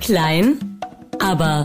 Klein, aber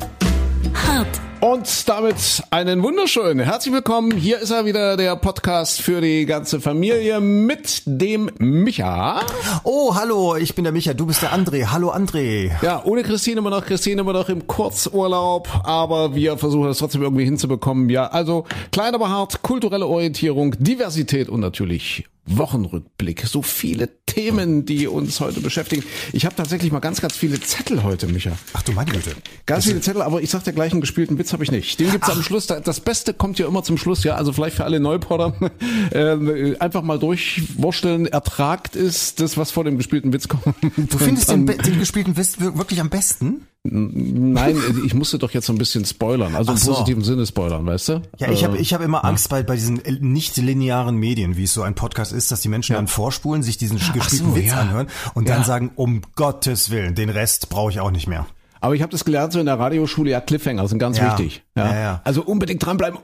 hart. Und damit einen wunderschönen herzlich willkommen. Hier ist er wieder, der Podcast für die ganze Familie mit dem Micha. Oh, hallo, ich bin der Micha, du bist der André. Hallo André. Ja, ohne Christine immer noch im Kurzurlaub, aber wir versuchen es trotzdem irgendwie hinzubekommen. Ja, also klein aber hart, kulturelle Orientierung, Diversität und natürlich Wochenrückblick. So viele Themen, die uns heute beschäftigen. Ich habe tatsächlich mal ganz viele Zettel heute, Micha. Ach du meine Güte. Ganz viele Zettel, aber ich sag dir gleich, einen gespielten Witz habe ich nicht. Den gibt's am Schluss. Das Beste kommt ja immer zum Schluss, ja. Also vielleicht für alle Neupodder einfach mal durchwursteln. Ertragt ist das, was vor dem gespielten Witz kommt. Du findest den gespielten Witz wirklich am besten? Nein, ich musste doch jetzt so ein bisschen spoilern, also im positiven Sinne spoilern, weißt du? Ja, ich hab immer Angst bei diesen nicht linearen Medien, wie es so ein Podcast ist, dass die Menschen dann vorspulen, sich diesen gespielten Witz anhören und dann sagen, um Gottes Willen, den Rest brauche ich auch nicht mehr. Aber ich habe das gelernt so in der Radioschule, ja, Cliffhanger sind ganz wichtig. Ja. Also unbedingt dranbleiben,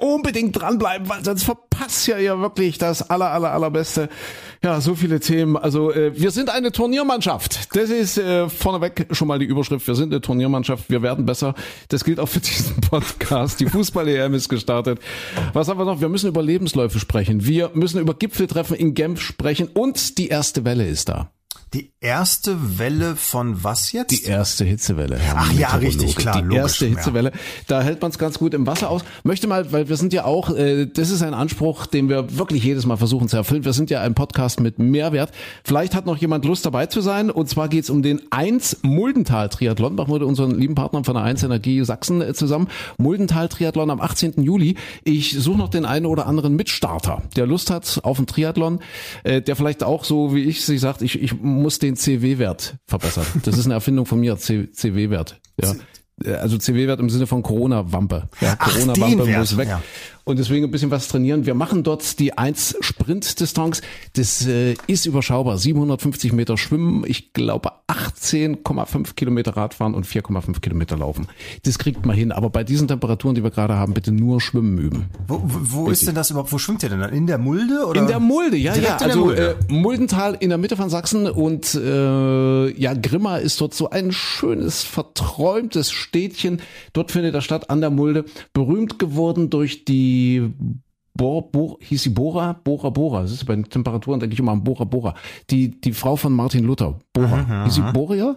weil sonst verpasst ja wirklich das allerbeste. Ja, so viele Themen. Also wir sind eine Turniermannschaft. Das ist vorneweg schon mal die Überschrift. Wir sind eine Turniermannschaft, wir werden besser. Das gilt auch für diesen Podcast. Die Fußball-EM ist gestartet. Was haben wir noch? Wir müssen über Lebensläufe sprechen. Wir müssen über Gipfeltreffen in Genf sprechen und die erste Welle ist da. Die erste Welle von was jetzt? Die erste Hitzewelle. Ach ja, richtig, klar. Die erste Hitzewelle. Da hält man es ganz gut im Wasser aus. Möchte mal, weil wir sind ja auch, das ist ein Anspruch, den wir wirklich jedes Mal versuchen zu erfüllen. Wir sind ja ein Podcast mit Mehrwert. Vielleicht hat noch jemand Lust dabei zu sein. Und zwar geht's um den 1 Muldental-Triathlon. Machen wir mit unseren lieben Partnern von der 1 Energie Sachsen zusammen. Muldental-Triathlon am 18. Juli. Ich suche noch den einen oder anderen Mitstarter, der Lust hat auf einen Triathlon, der vielleicht auch so wie ich sich sagt, ich muss den CW-Wert verbessern. Das ist eine Erfindung von mir, CW-Wert. Ja. Also CW-Wert im Sinne von Corona-Wampe. Ja, Corona-Wampe muss weg. Ja. Und deswegen ein bisschen was trainieren. Wir machen dort die 1 Sprint-Distanz. Das ist überschaubar. 750 Meter Schwimmen, ich glaube 18,5 Kilometer Radfahren und 4,5 Kilometer Laufen. Das kriegt man hin. Aber bei diesen Temperaturen, die wir gerade haben, bitte nur Schwimmen üben. Wo ist denn das überhaupt? Wo schwimmt ihr denn dann? In der Mulde? Oder? In der Mulde, ja. Also Mulde. Muldental in der Mitte von Sachsen und Grimma ist dort so ein schönes, verträumtes Städtchen. Dort findet das statt an der Mulde. Berühmt geworden durch die hieß sie Bora? Das ist bei den Temperaturen, denke ich immer an Bora. Die Frau von Martin Luther, Bora. Hieß sie Boria?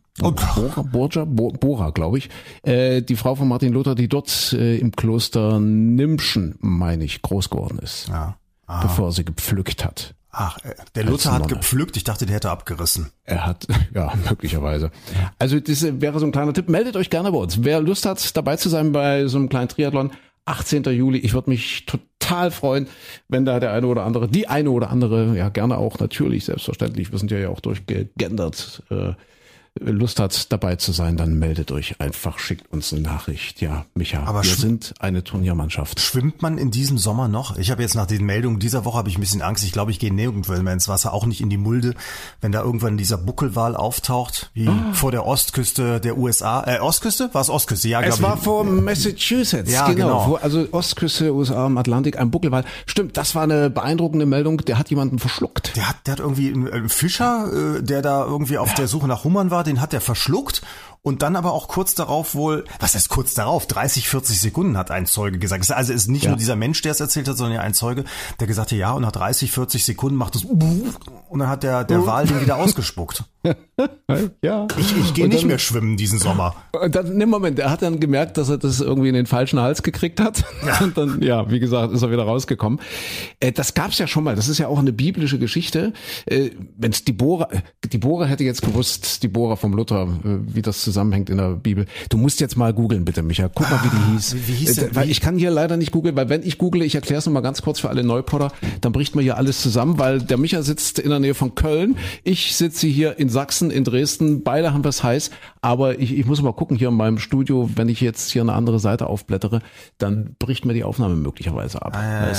Bora, glaube ich. Die Frau von Martin Luther, die dort im Kloster Nimschen, meine ich, groß geworden ist. Ja. Bevor sie gepflückt hat. Ach, der Luther hat gepflückt, ich dachte, der hätte abgerissen. Er hat, ja, möglicherweise. Also das wäre so ein kleiner Tipp. Meldet euch gerne bei uns. Wer Lust hat, dabei zu sein bei so einem kleinen Triathlon, 18. Juli. Ich würde mich total freuen, wenn da die eine oder andere, ja gerne auch natürlich, selbstverständlich, wir sind ja auch durchgegendert, Lust hat, dabei zu sein, dann meldet euch einfach, schickt uns eine Nachricht. Ja, Micha, aber wir sind eine Turniermannschaft. Schwimmt man in diesem Sommer noch? Ich habe jetzt nach den Meldungen dieser Woche habe ich ein bisschen Angst. Ich glaube, ich gehe nirgendwo mehr ins Wasser, auch nicht in die Mulde, wenn da irgendwann dieser Buckelwal auftaucht, wie vor der Ostküste der USA. Ostküste? War es Ostküste? Ja, glaube ich. Es war vor Massachusetts, ja, genau. Also Ostküste, USA, im Atlantik, ein Buckelwal. Stimmt, das war eine beeindruckende Meldung. Der hat jemanden verschluckt. Der hat irgendwie einen Fischer, der da irgendwie auf der Suche nach Hummern war, den hat er verschluckt und dann aber auch kurz darauf wohl, was heißt kurz darauf, 30, 40 Sekunden hat ein Zeuge gesagt. Also es ist nicht nur dieser Mensch, der es erzählt hat, sondern ja ein Zeuge, der gesagt hat, ja, und nach 30, 40 Sekunden macht es und dann hat der Wal den wieder ausgespuckt. Ja. Ich gehe nicht mehr schwimmen diesen Sommer. Und dann, Moment, er hat dann gemerkt, dass er das irgendwie in den falschen Hals gekriegt hat. Ja. Und dann, ja, wie gesagt, ist er wieder rausgekommen. Das gab's ja schon mal. Das ist ja auch eine biblische Geschichte. Wenn die Bora hätte jetzt gewusst, die Bora vom Luther, wie das zusammenhängt in der Bibel. Du musst jetzt mal googeln, bitte, Micha. Guck mal, wie die hieß. Wie hieß denn? Weil ich kann hier leider nicht googeln, weil wenn ich google, ich erkläre es nochmal ganz kurz für alle Neupodder, dann bricht mir hier alles zusammen, weil der Micha sitzt in der Nähe von Köln. Ich sitze hier in Sachsen, in Dresden. Beide haben was heiß. Aber ich muss mal gucken hier in meinem Studio, wenn ich jetzt hier eine andere Seite aufblättere, dann bricht mir die Aufnahme möglicherweise ab. Weißt du?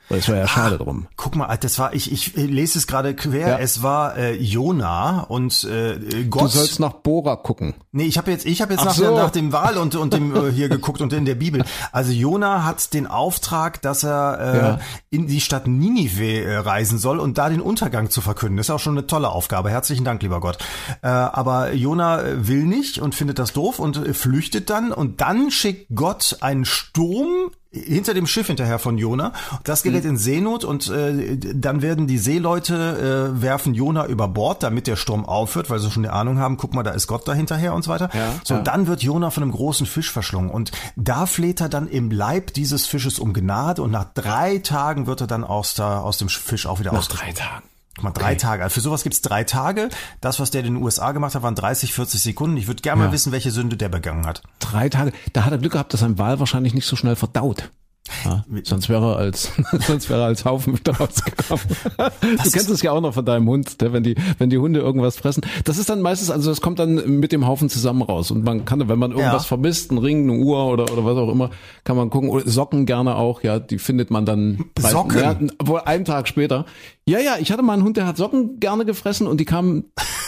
Das war ja schade drum. Guck mal, das war, ich lese es gerade quer, Ja. es war Jona und Gott. Du sollst nach Bora gucken. Nee, ich habe jetzt so. nach dem Wahl und dem hier geguckt und in der Bibel. Also Jona hat den Auftrag, dass er in die Stadt Ninive reisen soll und da den Untergang zu verkünden. Das ist auch schon eine tolle Aufgabe. Herzlichen Dank, lieber Gott. Aber Jona will nicht und findet das doof und flüchtet dann und dann schickt Gott einen Sturm hinter dem Schiff hinterher von Jona. Das gerät in Seenot und dann werden die Seeleute werfen Jona über Bord, damit der Sturm aufhört, weil sie schon eine Ahnung haben, guck mal, da ist Gott da hinterher und so weiter. Und dann wird Jona von einem großen Fisch verschlungen und da fleht er dann im Leib dieses Fisches um Gnade und nach 3 Tagen wird er dann aus dem Fisch auch wieder ausgesprochen. 3 Tagen. Guck mal, 3 Tage. Also für sowas gibt's 3 Tage. Das, was der in den USA gemacht hat, waren 30, 40 Sekunden. Ich würde gerne mal wissen, welche Sünde der begangen hat. 3 Tage. Da hat er Glück gehabt, dass sein Wal wahrscheinlich nicht so schnell verdaut. Ja, sonst wäre er als Haufen wieder rausgekommen. Du kennst es ja auch noch von deinem Hund, wenn die Hunde irgendwas fressen. Das ist dann meistens, also das kommt dann mit dem Haufen zusammen raus. Und man kann, wenn man irgendwas vermisst, einen Ring, eine Uhr oder was auch immer, kann man gucken. Oder Socken gerne auch, ja, die findet man dann. Socken? Ja, wohl einen Tag später. Ja, ich hatte mal einen Hund, der hat Socken gerne gefressen und die kamen,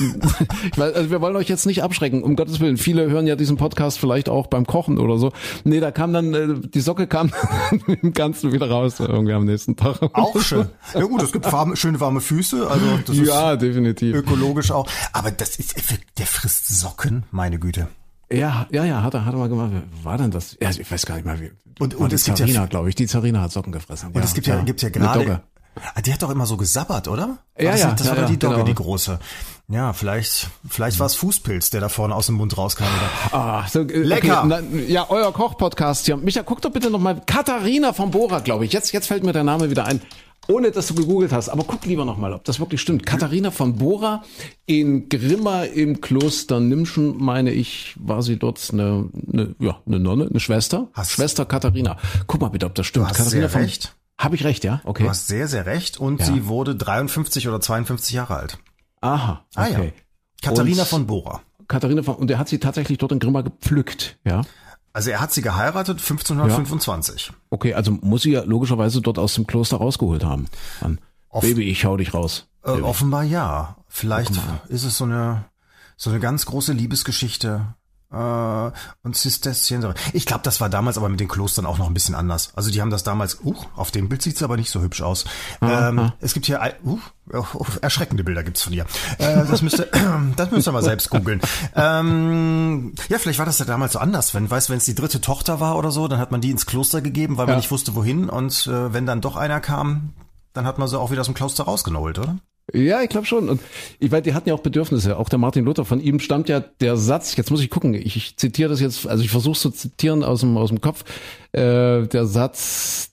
also wir wollen euch jetzt nicht abschrecken, um Gottes Willen. Viele hören ja diesen Podcast vielleicht auch beim Kochen oder so. Nee, da kam dann, die Socke kam im Ganzen wieder raus, irgendwie am nächsten Tag. Auch schön. Ja gut, es gibt schöne warme Füße, also das ist definitiv. Ökologisch auch. Aber das ist, der frisst Socken, meine Güte. Ja, hat er mal gemacht. Wie war denn das? Ja, ich weiß gar nicht mehr wie. Und es gibt Zarina, glaube ich. Die Zarina hat Socken gefressen. Und es gibt ja gerade. Die hat doch immer so gesabbert, oder? Das war doch die Dogge, genau. Die große. Ja, vielleicht war es Fußpilz, der da vorne aus dem Mund rauskam. Lecker! Okay, euer Koch-Podcast hier. Micha, guck doch bitte nochmal. Katharina von Bora, glaube ich. Jetzt fällt mir der Name wieder ein. Ohne, dass du gegoogelt hast. Aber guck lieber nochmal, ob das wirklich stimmt. Katharina von Bora in Grimma im Kloster Nimschen, meine ich, war sie dort eine Nonne, eine Schwester. Schwester Katharina. Guck mal bitte, ob das stimmt. Du hast Katharina sehr recht. Habe ich recht, ja? Okay. Du hast sehr, sehr recht. Und sie wurde 53 oder 52 Jahre alt. Aha, okay. Katharina von Bora. Und er hat sie tatsächlich dort in Grimma gepflückt, ja? Also er hat sie geheiratet 1525. Ja. Okay, also muss sie ja logischerweise dort aus dem Kloster rausgeholt haben. Baby, ich hau dich raus. Offenbar ja. Vielleicht ist es so eine ganz große Liebesgeschichte. Und Zisterzienser. Ich glaube, das war damals aber mit den Klostern auch noch ein bisschen anders. Also die haben das damals, auf dem Bild sieht's aber nicht so hübsch aus. Es gibt hier, erschreckende Bilder gibt's von ihr. Das müsst ihr mal selbst googeln. Vielleicht war das ja damals so anders. Wenn es die 3. Tochter war oder so, dann hat man die ins Kloster gegeben, weil man nicht wusste, wohin. Und wenn dann doch einer kam, dann hat man sie auch wieder aus dem Kloster rausgeholt, oder? Ja, ich glaube schon. Und ich weiß, die hatten ja auch Bedürfnisse. Auch der Martin Luther, von ihm stammt ja der Satz, jetzt muss ich gucken, ich zitiere das jetzt, also ich versuche es zu zitieren aus dem Kopf, der Satz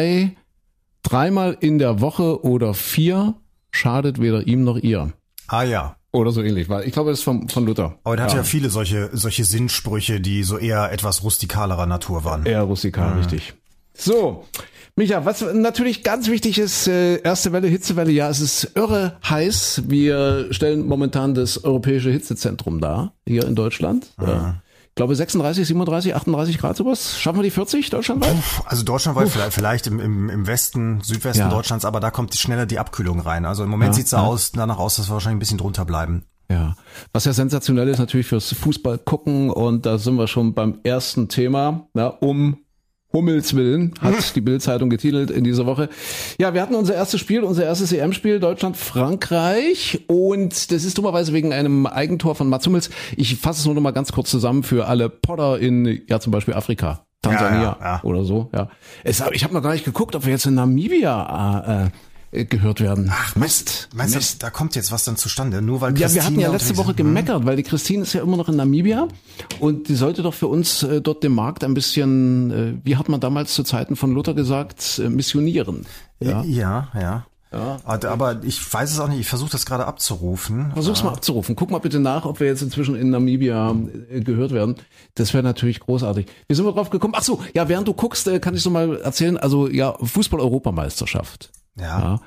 3-mal in der Woche oder 4 schadet weder ihm noch ihr. Ah ja. Oder so ähnlich. Ich glaube, das ist von Luther. Aber der hat ja viele solche Sinnsprüche, die so eher etwas rustikalerer Natur waren. Eher rustikal, richtig. So, Micha, was natürlich ganz wichtig ist, erste Welle, Hitzewelle, ja, es ist irre heiß. Wir stellen momentan das Europäische Hitzezentrum dar, hier in Deutschland. Ich glaube 36, 37, 38 Grad sowas. Schaffen wir die 40 deutschlandweit? Also deutschlandweit vielleicht im Westen, Südwesten Deutschlands, aber da kommt schneller die Abkühlung rein. Also im Moment sieht's danach aus, dass wir wahrscheinlich ein bisschen drunter bleiben. Ja, was ja sensationell ist natürlich fürs Fußball gucken und da sind wir schon beim ersten Thema, um Hummels Willen, hat die Bild-Zeitung getitelt in dieser Woche. Ja, wir hatten unser erstes EM-Spiel, Deutschland-Frankreich, und das ist dummerweise wegen einem Eigentor von Mats Hummels. Ich fasse es nur noch mal ganz kurz zusammen für alle Potter in, zum Beispiel Afrika, Tansania oder so. Ja, ich habe noch gar nicht geguckt, ob wir jetzt in Namibia gehört werden. Ach, Mist. Meinst du, da kommt jetzt was dann zustande? Nur weil Christine... Ja, wir hatten ja letzte Woche gemeckert, weil die Christine ist ja immer noch in Namibia und die sollte doch für uns dort den Markt ein bisschen, wie hat man damals zu Zeiten von Luther gesagt, missionieren. Ja. Aber ich weiß es auch nicht, ich versuche das gerade abzurufen. Versuch's mal abzurufen. Guck mal bitte nach, ob wir jetzt inzwischen in Namibia gehört werden. Das wäre natürlich großartig. Wie sind wir drauf gekommen? Ach so, ja, während du guckst, kann ich so mal erzählen, also Fußball-Europameisterschaft. Ja.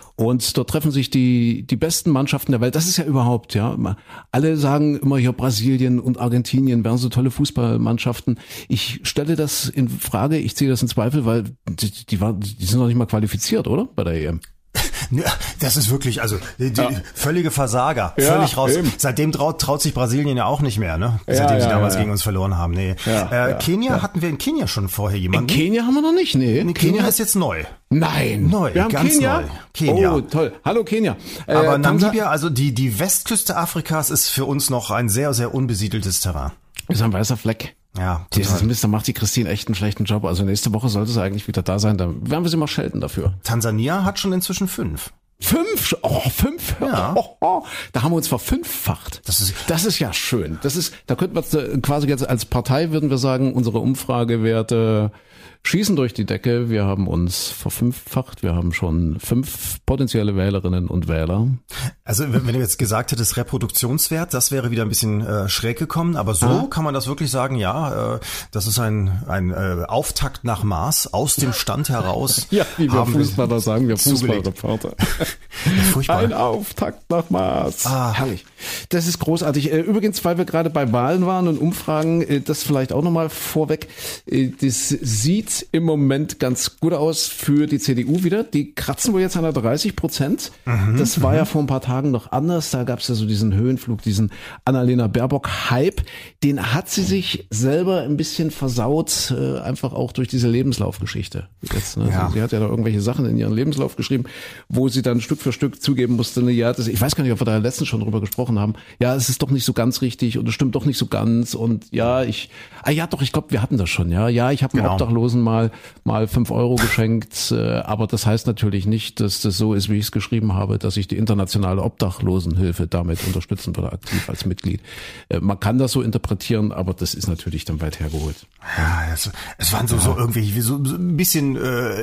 Und dort treffen sich die besten Mannschaften der Welt. Das ist ja überhaupt, ja. Alle sagen immer hier Brasilien und Argentinien wären so tolle Fußballmannschaften. Ich stelle das in Frage, ich ziehe das in Zweifel, weil die sind noch nicht mal qualifiziert, oder? Bei der EM. Ja, das ist wirklich, also völlige Versager, völlig raus. Eben. Seitdem traut sich Brasilien ja auch nicht mehr, ne? Seitdem sie damals gegen uns verloren haben. Nee. Kenia hatten wir in Kenia schon vorher jemanden. In Kenia haben wir noch nicht, nee. Kenia ist jetzt neu. Nein. Neu, wir haben ganz Kenia? neu. Kenia. Oh, toll. Hallo Kenia. Aber Namibia, also die Westküste Afrikas ist für uns noch ein sehr, sehr unbesiedeltes Terrain. Ist ein weißer Fleck. Ja, dieses Mist, da macht die Christine echt einen schlechten Job. Also nächste Woche sollte sie eigentlich wieder da sein. Da werden wir sie mal schelten dafür. Tansania hat schon inzwischen 5. 5? Oh, 5? Ja. Da haben wir uns verfünffacht. Das ist ja schön. Da könnten wir quasi jetzt als Partei, würden wir sagen, unsere Umfragewerte schießen durch die Decke. Wir haben uns verfünffacht. Wir haben schon 5 potenzielle Wählerinnen und Wähler. Also wenn du jetzt gesagt hättest Reproduktionswert, das wäre wieder ein bisschen schräg gekommen. Aber so kann man das wirklich sagen, ja, das ist ein Auftakt nach Maß, aus dem Stand heraus. Ja, wie wir Fußballer sagen, wir Fußballreporter. Furchtbar. Ein Auftakt nach Maß. Herrlich. Das ist großartig. Übrigens, weil wir gerade bei Wahlen waren und Umfragen, das vielleicht auch nochmal vorweg. Das sieht im Moment ganz gut aus für die CDU wieder. Die kratzen wohl jetzt an der 30%. Das war ja vor ein paar Tagen noch anders. Da gab es ja so diesen Höhenflug, diesen Annalena Baerbock-Hype. Den hat sie sich selber ein bisschen versaut, einfach auch durch diese Lebenslaufgeschichte. Jetzt, ne? Ja. Sie hat ja da irgendwelche Sachen in ihren Lebenslauf geschrieben, wo sie dann Stück für Stück zugeben musste, ich weiß gar nicht, ob wir da letztens schon drüber gesprochen haben. Ja, es ist doch nicht so ganz richtig und es stimmt doch nicht so ganz und ich glaube, wir hatten das schon, ja. Ich habe einem Obdachlosen mal 5 Euro geschenkt, aber das heißt natürlich nicht, dass das so ist, wie ich es geschrieben habe, dass ich die internationale Obdachlosenhilfe damit unterstützen würde, aktiv als Mitglied. Man kann das so interpretieren, aber das ist natürlich dann weit hergeholt. Ja, es waren so irgendwie so ein bisschen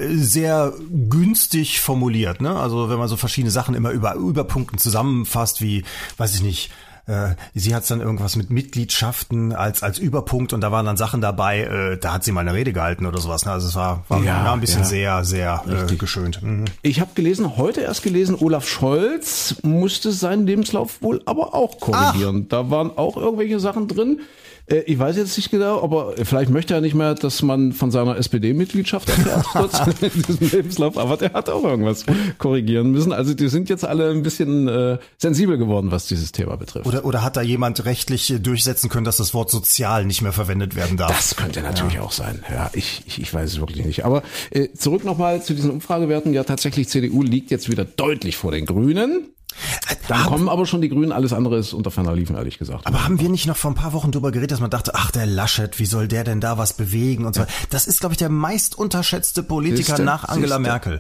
sehr günstig formuliert, ne? Also wenn man so verschiedene Sachen immer über Punkten zusammenfasst, wie, weiß ich nicht, sie hat dann irgendwas mit Mitgliedschaften als Überpunkt und da waren dann Sachen dabei, da hat sie mal eine Rede gehalten oder sowas. Ne? Also es war ein bisschen sehr, sehr geschönt. Mhm. Ich habe heute erst gelesen, Olaf Scholz musste seinen Lebenslauf wohl aber auch korrigieren. Da waren auch irgendwelche Sachen drin. Ich weiß jetzt nicht genau, aber vielleicht möchte er nicht mehr, dass man von seiner SPD-Mitgliedschaft erfährt in diesem Lebenslauf, aber der hat auch irgendwas korrigieren müssen. Also die sind jetzt alle ein bisschen sensibel geworden, was dieses Thema betrifft. Oder hat da jemand rechtlich durchsetzen können, dass das Wort sozial nicht mehr verwendet werden darf? Das könnte natürlich auch sein. Ja, ich weiß es wirklich nicht. Aber zurück nochmal zu diesen Umfragewerten. Ja, tatsächlich, CDU liegt jetzt wieder deutlich vor den Grünen. Dann kommen aber schon die Grünen, alles andere ist unter ferner Liefen, ehrlich gesagt. Aber haben wir nicht noch vor ein paar Wochen drüber geredet, dass man dachte, ach, der Laschet, wie soll der denn da was bewegen und so. Das ist, glaube ich, der meist unterschätzte Politiker nach Angela Merkel.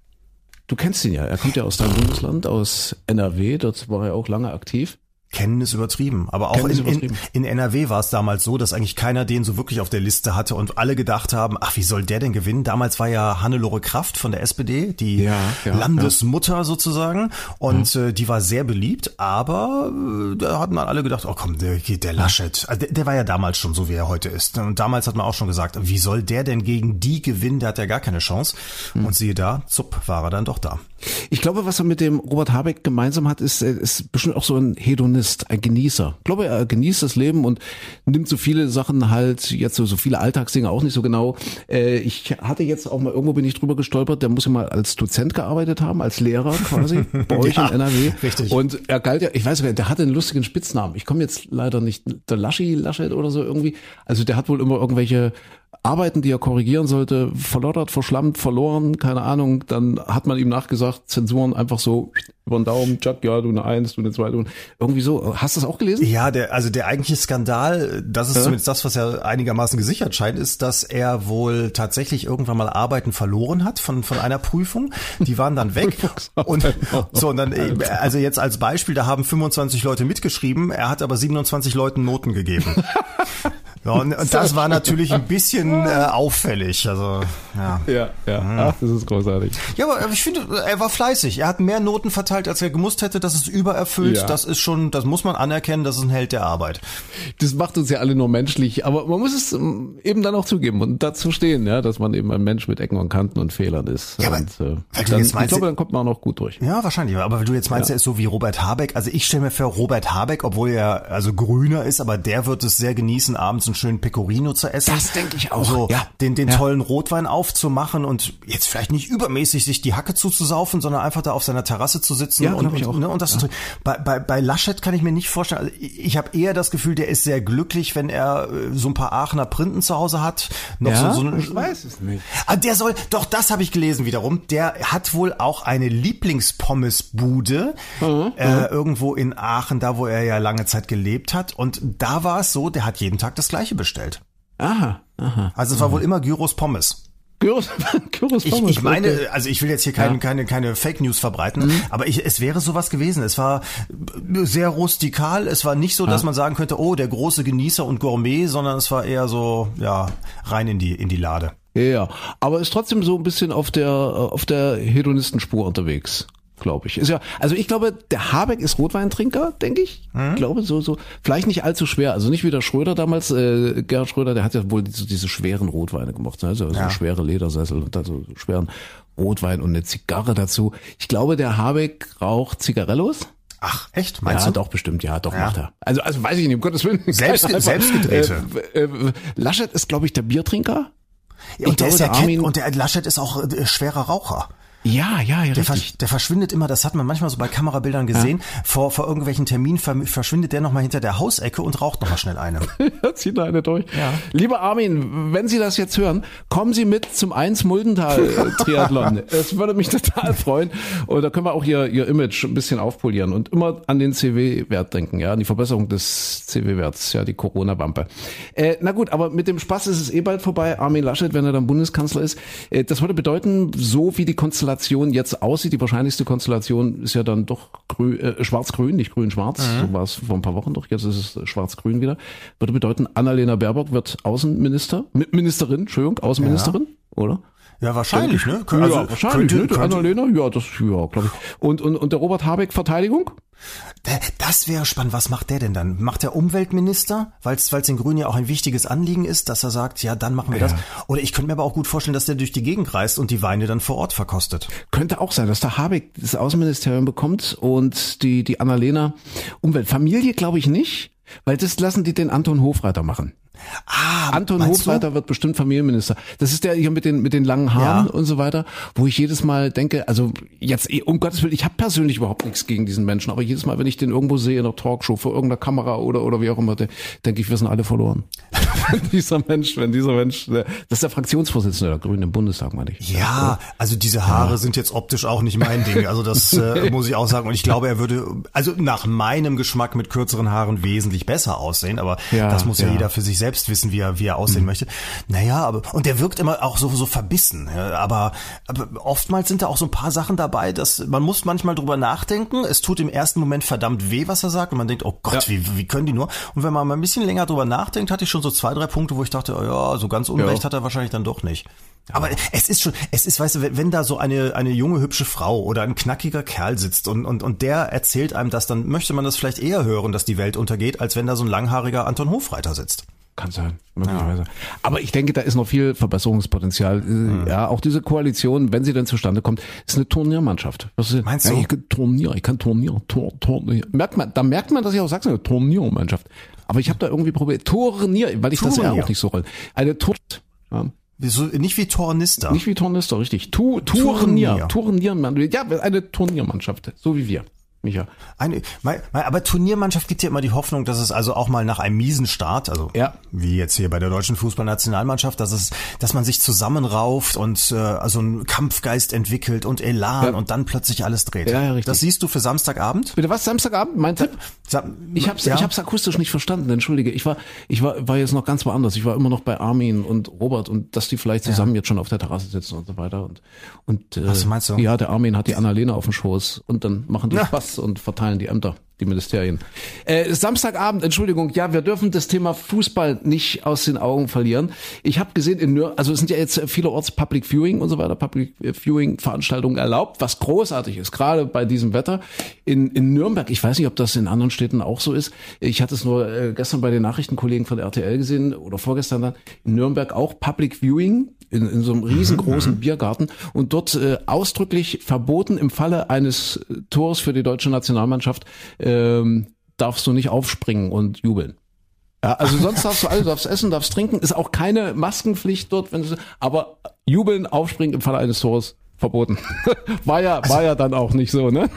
Du kennst ihn ja, er kommt ja aus deinem Bundesland, aus NRW, dort war er auch lange aktiv. Kennen ist übertrieben, aber auch in NRW war es damals so, dass eigentlich keiner den so wirklich auf der Liste hatte und alle gedacht haben, ach, wie soll der denn gewinnen? Damals war ja Hannelore Kraft von der SPD, die Landesmutter sozusagen und die war sehr beliebt, aber da hatten alle gedacht, oh komm, der Laschet, der war ja damals schon so, wie er heute ist und damals hat man auch schon gesagt, wie soll der denn gegen die gewinnen? Der hat ja gar keine Chance und siehe da, war er dann doch da. Ich glaube, was er mit dem Robert Habeck gemeinsam hat, ist bestimmt auch so ein Hedonist, ein Genießer. Ich glaube, er genießt das Leben und nimmt so viele Sachen halt, jetzt so viele Alltagsdinge auch nicht so genau. Ich hatte jetzt auch mal, irgendwo bin ich drüber gestolpert, der muss ja mal als Dozent gearbeitet haben, als Lehrer quasi, bei euch in NRW. Richtig. Und er galt ja, ich weiß nicht, der hatte einen lustigen Spitznamen. Ich komme jetzt leider nicht, der Laschet oder so irgendwie. Also der hat wohl immer irgendwelche Arbeiten, die er korrigieren sollte, verlottert, verschlammt, verloren, keine Ahnung. Dann hat man ihm nachgesagt, Zensuren einfach so über den Daumen, Chuck, ja, du eine 1, du eine 2, du irgendwie so. Hast du das auch gelesen? Ja, der eigentliche Skandal, das ist zumindest das, was ja einigermaßen gesichert scheint, ist, dass er wohl tatsächlich irgendwann mal Arbeiten verloren hat von einer Prüfung. Die waren dann weg. und dann, also jetzt als Beispiel, da haben 25 Leute mitgeschrieben, er hat aber 27 Leuten Noten gegeben. Ja, und das war natürlich ein bisschen auffällig. Also, ja. Ach, das ist großartig. Ja, aber ich finde, er war fleißig. Er hat mehr Noten verteilt, als er gemusst hätte. Das ist übererfüllt. Ja. Das ist schon, das muss man anerkennen. Das ist ein Held der Arbeit. Das macht uns ja alle nur menschlich, aber man muss es eben dann auch zugeben und dazu stehen, ja, dass man eben ein Mensch mit Ecken und Kanten und Fehlern ist. Ja, aber und, weil du dann, jetzt meinst, ich glaube, dann kommt man auch noch gut durch. Ja, wahrscheinlich. Aber weil du jetzt meinst, er ist so wie Robert Habeck. Also ich stelle mir vor, Robert Habeck, obwohl er also Grüner ist, aber der wird es sehr genießen, abends einen schönen Pecorino zu essen. Das denke ich auch. So, ja. den tollen Rotwein aufzumachen und jetzt vielleicht nicht übermäßig sich die Hacke zuzusaufen, sondern einfach da auf seiner Terrasse zu sitzen und das zu trinken. Bei Laschet kann ich mir nicht vorstellen. Also ich habe eher das Gefühl, der ist sehr glücklich, wenn er so ein paar Aachener Printen zu Hause hat. Noch ich weiß es nicht. Ah, der soll, doch, das habe ich gelesen wiederum. Der hat wohl auch eine Lieblingspommesbude irgendwo in Aachen, da wo er ja lange Zeit gelebt hat. Und da war es so, der hat jeden Tag das Gleiche bestellt. Aha. Also es war wohl immer Gyros Pommes. Gyros Pommes. Ich meine, also ich will jetzt hier keine Fake News verbreiten, aber es wäre sowas gewesen. Es war sehr rustikal. Es war nicht so, dass man sagen könnte, oh, der große Genießer und Gourmet, sondern es war eher so, ja, rein in die Lade. Ja, aber ist trotzdem so ein bisschen auf der Hedonistenspur unterwegs, glaube ich. Ist ja, also ich glaube, der Habeck ist Rotweintrinker, denke ich. Ich glaube, so vielleicht nicht allzu schwer, also nicht wie der Schröder damals, Gerhard Schröder, der hat ja wohl diese schweren Rotweine gemacht, ne? Also so schwere Ledersessel und dann so schweren Rotwein und eine Zigarre dazu. Ich glaube, der Habeck raucht Zigarellos. Ach, echt? Meinst du? Doch, bestimmt, macht er. Also weiß ich nicht, um Gottes Willen. Selbstgedrehte. Laschet ist, glaube ich, der Biertrinker. Und der Laschet ist auch schwerer Raucher. Ja, richtig. Der verschwindet immer, das hat man manchmal so bei Kamerabildern gesehen, vor irgendwelchen Terminen verschwindet der nochmal hinter der Hausecke und raucht nochmal schnell eine. Zieht da eine durch. Ja. Lieber Armin, wenn Sie das jetzt hören, kommen Sie mit zum 1 Muldental-Triathlon. Es würde mich total freuen. Und da können wir auch Ihr Image ein bisschen aufpolieren und immer an den CW-Wert denken, ja, an die Verbesserung des CW-Werts, ja, die Corona-Wampe. Na gut, aber mit dem Spaß ist es bald vorbei. Armin Laschet, wenn er dann Bundeskanzler ist, das würde bedeuten, so wie die Konstellation jetzt aussieht, die wahrscheinlichste Konstellation ist ja dann doch schwarz-grün, nicht grün-schwarz, so war es vor ein paar Wochen doch, jetzt ist es schwarz-grün wieder, würde bedeuten, Annalena Baerbock wird Außenministerin, Außenministerin, oder? Ja, wahrscheinlich, ne? Also, wahrscheinlich, ne? Annalena, glaube ich. Und der Robert Habeck Verteidigung? Das wäre spannend. Was macht der denn dann? Macht der Umweltminister? Weil es den Grünen ja auch ein wichtiges Anliegen ist, dass er sagt, ja, dann machen wir das. Oder ich könnte mir aber auch gut vorstellen, dass der durch die Gegend reist und die Weine dann vor Ort verkostet. Könnte auch sein, dass der Habeck das Außenministerium bekommt und die Annalena Umwelt. Familie glaube ich nicht, weil das lassen die den Anton Hofreiter machen. Anton Hofreiter wird bestimmt Familienminister. Das ist der hier mit den langen Haaren und so weiter, wo ich jedes Mal denke, also jetzt um Gottes Willen, ich habe persönlich überhaupt nichts gegen diesen Menschen, aber jedes Mal, wenn ich den irgendwo sehe in einer Talkshow vor irgendeiner Kamera oder wie auch immer, denke ich, wir sind alle verloren. Wenn dieser Mensch, das ist der Fraktionsvorsitzende der Grünen im Bundestag, meine ich. Ja, also diese Haare sind jetzt optisch auch nicht mein Ding, also das muss ich auch sagen und ich glaube, er würde, also nach meinem Geschmack mit kürzeren Haaren wesentlich besser aussehen, aber das muss ja jeder für sich selbst wissen, wie er aussehen möchte. Naja, und der wirkt immer auch so verbissen. Ja, aber oftmals sind da auch so ein paar Sachen dabei, dass man muss manchmal drüber nachdenken. Es tut im ersten Moment verdammt weh, was er sagt. Und man denkt, oh Gott, wie können die nur? Und wenn man mal ein bisschen länger drüber nachdenkt, hatte ich schon so 2, 3 Punkte, wo ich dachte, oh ja, so ganz Unrecht hat er wahrscheinlich dann doch nicht. Aber es ist, weißt du, wenn da so eine junge, hübsche Frau oder ein knackiger Kerl sitzt und der erzählt einem das, dann möchte man das vielleicht eher hören, dass die Welt untergeht, als wenn da so ein langhaariger Anton Hofreiter sitzt. Kann sein, möglicherweise. Ja. Aber ich denke, da ist noch viel Verbesserungspotenzial. Ja, auch diese Koalition, wenn sie denn zustande kommt, ist eine Turniermannschaft. Meinst du? Ich kann Turnier. Da merkt man, dass ich auch sage, eine Turniermannschaft. Aber ich habe da irgendwie probiert, Turnier, weil ich das ja auch nicht so roll. Eine nicht wie Tornister. Nicht wie Tornister, richtig. Turnier. Ja, eine Turniermannschaft, so wie wir. Micha. Aber Turniermannschaft gibt ja immer die Hoffnung, dass es also auch mal nach einem miesen Start, also wie jetzt hier bei der deutschen Fußballnationalmannschaft, dass man sich zusammenrauft und also einen Kampfgeist entwickelt und Elan und dann plötzlich alles dreht. Ja, richtig. Das siehst du für Samstagabend? Bitte was? Samstagabend? Mein Tipp? Ich hab's akustisch nicht verstanden, entschuldige. Ich war jetzt noch ganz woanders. Ich war immer noch bei Armin und Robert und dass die vielleicht zusammen jetzt schon auf der Terrasse sitzen und so weiter. Und was meinst du? Ja, der Armin hat die Annalena auf dem Schoß und dann machen die Spaß Platz und verteilen die Ämter, die Ministerien. Samstagabend, Entschuldigung, ja, wir dürfen das Thema Fußball nicht aus den Augen verlieren. Ich habe gesehen, also es sind ja jetzt vielerorts Public Viewing und so weiter, Public Viewing Veranstaltungen erlaubt, was großartig ist, gerade bei diesem Wetter. In Nürnberg, ich weiß nicht, ob das in anderen Städten auch so ist, ich hatte es nur gestern bei den Nachrichtenkollegen von der RTL gesehen oder vorgestern dann, in Nürnberg auch Public Viewing in so einem riesengroßen Biergarten und dort ausdrücklich verboten, im Falle eines Tors für die deutsche Nationalmannschaft darfst du nicht aufspringen und jubeln. Ja, also sonst darfst du alles, darfst essen, darfst trinken, ist auch keine Maskenpflicht dort, aber jubeln, aufspringen im Falle eines Tores verboten. War ja dann auch nicht so, ne?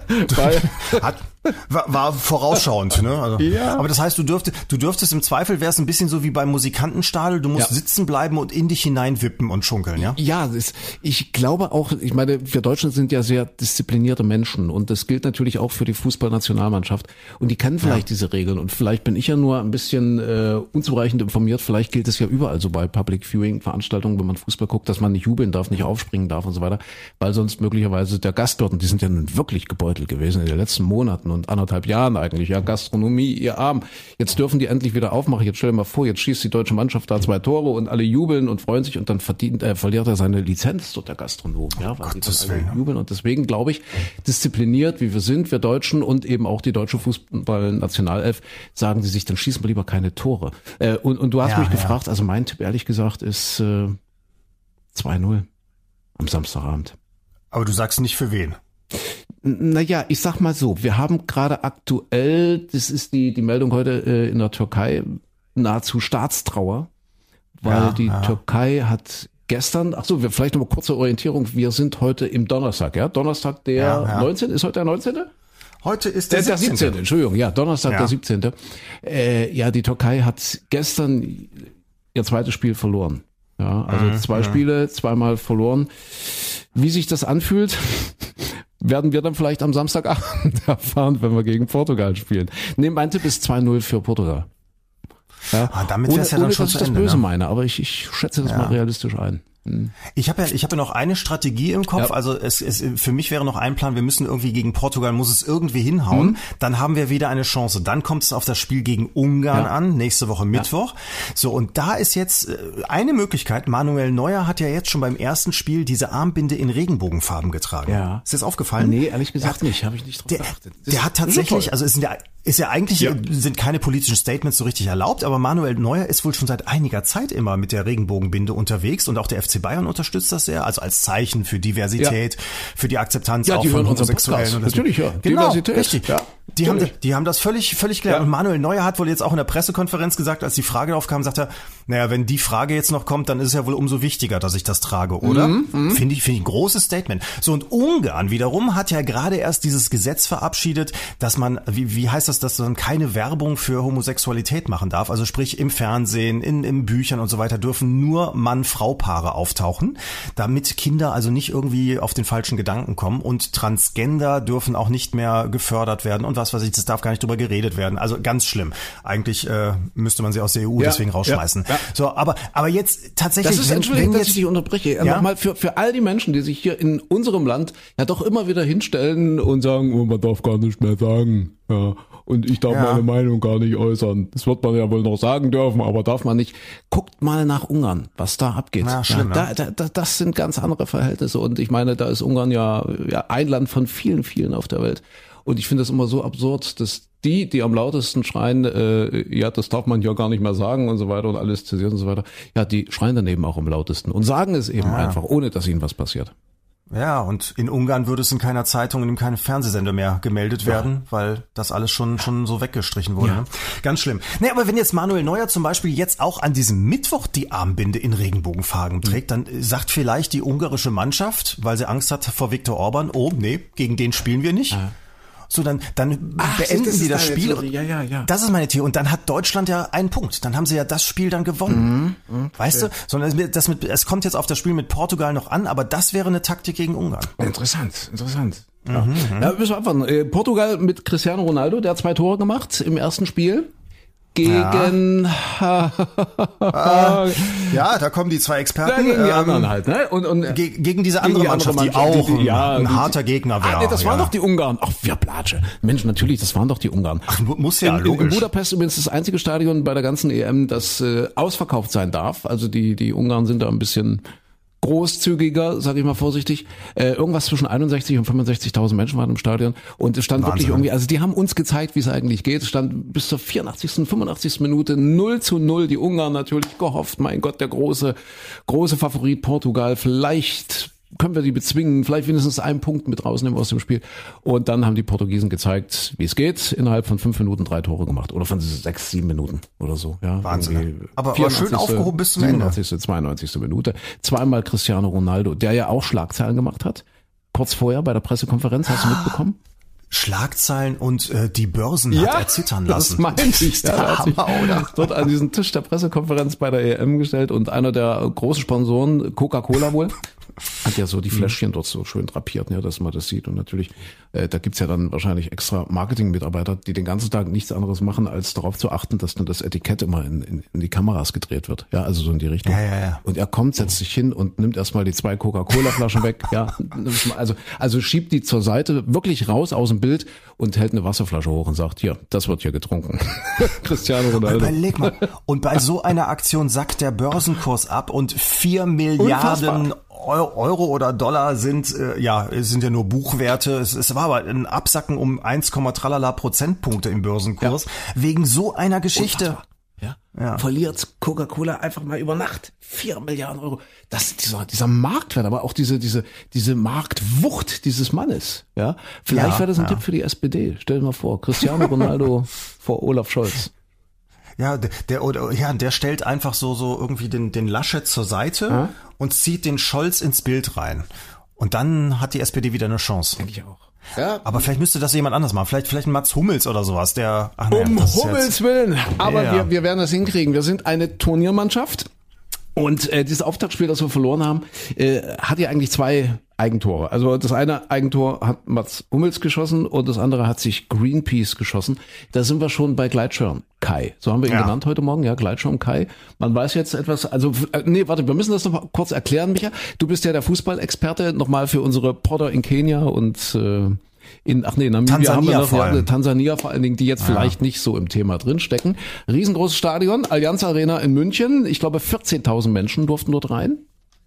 War vorausschauend, ne? Also, ja. Aber das heißt, du dürftest im Zweifel, wär's ein bisschen so wie beim Musikantenstadel, du musst sitzen bleiben und in dich hineinwippen und schunkeln, ja? Ja, ich glaube auch, ich meine, wir Deutschen sind ja sehr disziplinierte Menschen und das gilt natürlich auch für die Fußballnationalmannschaft und die kennen vielleicht diese Regeln und vielleicht bin ich ja nur ein bisschen unzureichend informiert, vielleicht gilt es ja überall so bei Public Viewing Veranstaltungen, wenn man Fußball guckt, dass man nicht jubeln darf, nicht aufspringen darf und so weiter, weil sonst möglicherweise der Gast dort, und die sind ja nun wirklich gebeutelt gewesen in den letzten Monaten und 1,5 Jahren eigentlich, ja, Gastronomie, ihr Arm. Jetzt dürfen die endlich wieder aufmachen. Jetzt stell dir mal vor, jetzt schießt die deutsche Mannschaft da 2 Tore und alle jubeln und freuen sich und dann verliert er seine Lizenz dort, der Gastronom, ja, weil die dann alle jubeln. Und deswegen glaube ich, diszipliniert, wie wir sind, wir Deutschen und eben auch die deutsche Fußball-Nationalelf, sagen sie sich, dann schießen wir lieber keine Tore. Und du hast mich gefragt, also mein Tipp, ehrlich gesagt, ist 2-0 am Samstagabend. Aber du sagst nicht für wen? Naja, ich sag mal so, wir haben gerade aktuell, das ist die Meldung heute in der Türkei, nahezu Staatstrauer, weil die Türkei hat gestern, vielleicht noch mal kurze Orientierung, wir sind heute im Donnerstag, ja? Donnerstag der 19. Ist heute der 19.? Heute ist der 17. Entschuldigung, ja, Donnerstag der 17. Die Türkei hat gestern ihr zweites Spiel verloren. Ja, also 2 Spiele, 2-mal verloren. Wie sich das anfühlt, werden wir dann vielleicht am Samstagabend erfahren, wenn wir gegen Portugal spielen. Nee, mein Tipp ist 2-0 für Portugal. Ja, damit wär's ja dann schon zu Ende, dass ich das böse meine, aber ich schätze das mal realistisch ein. Ich habe ja noch eine Strategie im Kopf, also für mich wäre noch ein Plan, wir müssen irgendwie gegen Portugal, muss es irgendwie hinhauen, dann haben wir wieder eine Chance. Dann kommt es auf das Spiel gegen Ungarn an, nächste Woche Mittwoch. So, und da ist jetzt eine Möglichkeit, Manuel Neuer hat ja jetzt schon beim ersten Spiel diese Armbinde in Regenbogenfarben getragen. Ja. Ist das aufgefallen? Nee, ehrlich gesagt nicht, habe ich nicht drauf geachtet. Der hat tatsächlich, also ist ja eigentlich, sind keine politischen Statements so richtig erlaubt, aber Manuel Neuer ist wohl schon seit einiger Zeit immer mit der Regenbogenbinde unterwegs und auch der FC Bayern unterstützt das sehr, also als Zeichen für Diversität, für die Akzeptanz auch von Homosexuellen. Natürlich, ja. Genau, Diversität. Richtig. Ja. Die haben das völlig gelernt. Ja. Und Manuel Neuer hat wohl jetzt auch in der Pressekonferenz gesagt, als die Frage darauf kam, sagt er, naja, wenn die Frage jetzt noch kommt, dann ist es ja wohl umso wichtiger, dass ich das trage, oder? Finde ich ein großes Statement. So, und Ungarn wiederum hat ja gerade erst dieses Gesetz verabschiedet, dass man, wie heißt das, dass man keine Werbung für Homosexualität machen darf. Also sprich im Fernsehen, in Büchern und so weiter dürfen nur Mann-Frau-Paare auftauchen, damit Kinder also nicht irgendwie auf den falschen Gedanken kommen und Transgender dürfen auch nicht mehr gefördert werden und was weiß ich, das darf gar nicht drüber geredet werden. Also ganz schlimm. Eigentlich müsste man sie aus der EU deswegen rausschmeißen. Ja. So, aber jetzt tatsächlich, das ist, Entschuldigung, dass ich dich unterbreche. Nochmal für all die Menschen, die sich hier in unserem Land ja doch immer wieder hinstellen und sagen, oh, man darf gar nicht mehr sagen. Ja. Und ich darf meine Meinung gar nicht äußern. Das wird man ja wohl noch sagen dürfen, aber darf man nicht. Guckt mal nach Ungarn, was da abgeht. Ja, schlimm, das sind ganz andere Verhältnisse. Und ich meine, da ist Ungarn ja ein Land von vielen, vielen auf der Welt. Und ich finde das immer so absurd, dass die am lautesten schreien, das darf man ja gar nicht mehr sagen und so weiter und alles zitiert und so weiter. Ja, die schreien dann eben auch am lautesten und sagen es eben einfach, ohne dass ihnen was passiert. Ja, und in Ungarn würde es in keiner Zeitung und in keinem Fernsehsender mehr gemeldet werden, weil das alles schon so weggestrichen wurde. Ja. Ne? Ganz schlimm. Nee, aber wenn jetzt Manuel Neuer zum Beispiel jetzt auch an diesem Mittwoch die Armbinde in Regenbogenfarben trägt, dann sagt vielleicht die ungarische Mannschaft, weil sie Angst hat vor Viktor Orban, oh nee, gegen den spielen wir nicht. Ja. So, dann beenden sie das Spiel. Ja. Das ist meine Theorie. Und dann hat Deutschland ja einen Punkt. Dann haben sie ja das Spiel dann gewonnen. Weißt du? Sondern es kommt jetzt auf das Spiel mit Portugal noch an, aber das wäre eine Taktik gegen Ungarn. Interessant. Ja. Ja, müssen wir abwarten. Portugal mit Cristiano Ronaldo, der hat 2 Tore gemacht im ersten Spiel. gegen da kommen die zwei Experten. gegen die anderen halt, ne? Und gegen diese andere Mannschaft, die auch ein harter Gegner wäre. Das waren doch die Ungarn. Ach, wir Platsche. Mensch, natürlich, das waren doch die Ungarn. Ach, muss ja, in logisch. In Budapest übrigens das einzige Stadion bei der ganzen EM, das ausverkauft sein darf. Also die Ungarn sind da ein bisschen großzügiger, sage ich mal vorsichtig. Irgendwas zwischen 61 und 65.000 Menschen waren im Stadion und es stand Wahnsinn. Wirklich irgendwie, also die haben uns gezeigt, wie es eigentlich geht. Es stand bis zur 84., 85. Minute 0:0. Die Ungarn natürlich gehofft, mein Gott, der große Favorit Portugal, vielleicht können wir die bezwingen, vielleicht wenigstens einen Punkt mit rausnehmen aus dem Spiel. Und dann haben die Portugiesen gezeigt, wie es geht, innerhalb von 5 Minuten 3 Tore gemacht. Oder von 6, 7 Minuten oder so. Ja, Wahnsinn. Aber schön aufgehoben bis zum 87., Ende. 92. Minute. Zweimal Cristiano Ronaldo, der ja auch Schlagzeilen gemacht hat. Kurz vorher bei der Pressekonferenz, hast du mitbekommen? Schlagzeilen und die Börsen hat er zittern lassen. Das meinte ich. Der hat sich dort an diesen Tisch der Pressekonferenz bei der EM gestellt und einer der großen Sponsoren, Coca-Cola wohl, hat ja so die Fläschchen dort so schön drapiert, ja, dass man das sieht. Und natürlich, da gibt's ja dann wahrscheinlich extra Marketing-Mitarbeiter, die den ganzen Tag nichts anderes machen, als darauf zu achten, dass dann das Etikett immer in die Kameras gedreht wird. Ja, also so in die Richtung. Ja. Und er kommt, setzt sich hin und nimmt erstmal die 2 Coca-Cola-Flaschen weg. Ja, also schiebt die zur Seite, wirklich raus aus dem Bild und hält eine Wasserflasche hoch und sagt, hier, das wird hier getrunken. Cristiano Ronaldo. Überleg mal. Und bei so einer Aktion sackt der Börsenkurs ab und 4 Milliarden Euro oder Dollar sind ja nur Buchwerte. Es war aber ein Absacken um 1,tralala Prozentpunkte im Börsenkurs wegen so einer Geschichte. Unfassbar. Ja. Verliert Coca-Cola einfach mal über Nacht 4 Milliarden Euro. Das ist dieser Marktwert, aber auch diese Marktwucht dieses Mannes. Ja, vielleicht wäre das ein Tipp für die SPD. Stell dir mal vor, Cristiano Ronaldo vor Olaf Scholz. Ja, der stellt einfach so irgendwie den Laschet zur Seite und zieht den Scholz ins Bild rein. Und dann hat die SPD wieder eine Chance. Denke ich auch. Ja. Aber vielleicht müsste das jemand anders machen. Vielleicht ein Mats Hummels oder sowas. Hummels Willen. Aber wir werden das hinkriegen. Wir sind eine Turniermannschaft. Und dieses Auftaktspiel, das wir verloren haben, hat ja eigentlich 2 Eigentore. Also das eine Eigentor hat Mats Hummels geschossen und das andere hat sich Greenpeace geschossen. Da sind wir schon bei Gleitschirm Kai. So haben wir ihn genannt heute Morgen, ja, Gleitschirm Kai. Man weiß jetzt etwas, wir müssen das noch kurz erklären, Micha. Du bist ja der Fußballexperte, nochmal für unsere Podder in Kenia und Namibia Tansania haben wir noch, Tansania vor allen Dingen, die jetzt vielleicht nicht so im Thema drinstecken. Riesengroßes Stadion, Allianz Arena in München. Ich glaube 14.000 Menschen durften dort rein.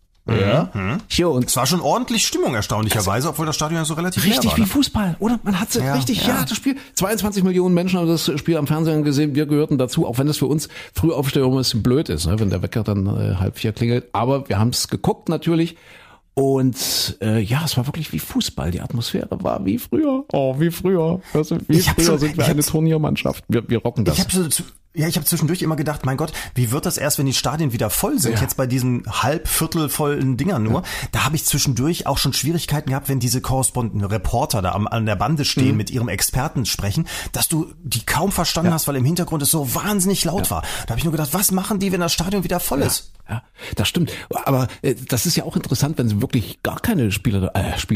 Ja. Und es war schon ordentlich Stimmung erstaunlicherweise, obwohl das Stadion ja so relativ leer war. Richtig wie Fußball, oder? Man hat das Spiel. 22 Millionen Menschen haben das Spiel am Fernsehen gesehen. Wir gehörten dazu, auch wenn das für uns Frühaufstehung ein bisschen blöd ist, ne? Wenn der Wecker dann 3:30 klingelt. Aber wir haben es geguckt natürlich. Und es war wirklich wie Fußball. Die Atmosphäre war wie früher. Oh, wie früher. Sind wir eine Turniermannschaft. Wir rocken das. Ich habe zwischendurch immer gedacht, mein Gott, wie wird das erst, wenn die Stadien wieder voll sind? Ja. Jetzt bei diesen halbviertelvollen Dingern nur. Ja. Da habe ich zwischendurch auch schon Schwierigkeiten gehabt, wenn diese Reporter da an der Bande stehen, mit ihrem Experten sprechen, dass du die kaum verstanden hast, weil im Hintergrund es so wahnsinnig laut war. Da habe ich nur gedacht, was machen die, wenn das Stadion wieder voll ist? Ja, das stimmt. Aber das ist ja auch interessant, wenn sie wirklich gar keine Spieler.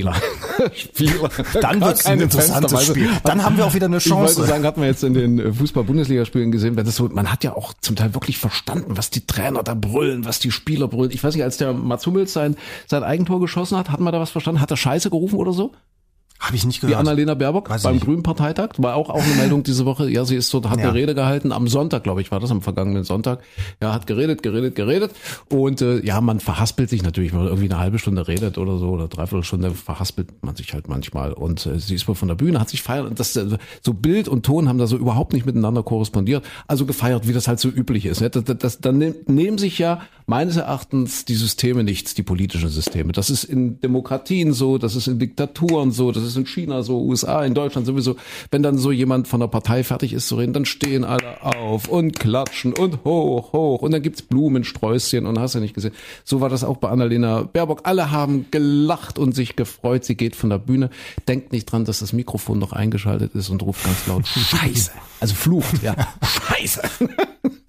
Dann wird es ein interessantes Spiel. Dann haben wir auch wieder eine Chance. Ich wollte sagen, hat man jetzt in den Fußball-Bundesligaspielen gesehen, wenn das so, man hat ja auch zum Teil wirklich verstanden, was die Trainer da brüllen, was die Spieler brüllen. Ich weiß nicht, als der Mats Hummels sein Eigentor geschossen hat man da was verstanden? Hat er Scheiße gerufen oder so? Habe ich nicht gehört. Wie Annalena Baerbock beim Grünen Parteitag. War auch eine Meldung diese Woche. Ja, sie ist dort, hat eine Rede gehalten. Am Sonntag, glaube ich, war das, am vergangenen Sonntag. Ja, hat geredet. Und man verhaspelt sich natürlich, wenn man irgendwie eine halbe Stunde redet oder so, oder 3/4 Stunde, verhaspelt man sich halt manchmal. Und sie ist wohl von der Bühne, hat sich feiert. Und das so Bild und Ton haben da so überhaupt nicht miteinander korrespondiert. Also gefeiert, wie das halt so üblich ist. Dann nehmen sich ja meines Erachtens die Systeme nichts, die politischen Systeme. Das ist in Demokratien so, das ist in Diktaturen so, das ist in China so, USA, in Deutschland sowieso. Wenn dann so jemand von der Partei fertig ist zu reden, dann stehen alle auf und klatschen und hoch. Und dann gibt's Blumensträußchen und hast du nicht gesehen. So war das auch bei Annalena Baerbock. Alle haben gelacht und sich gefreut. Sie geht von der Bühne, denkt nicht dran, dass das Mikrofon noch eingeschaltet ist und ruft ganz laut Scheiße. Also flucht, ja. Scheiße.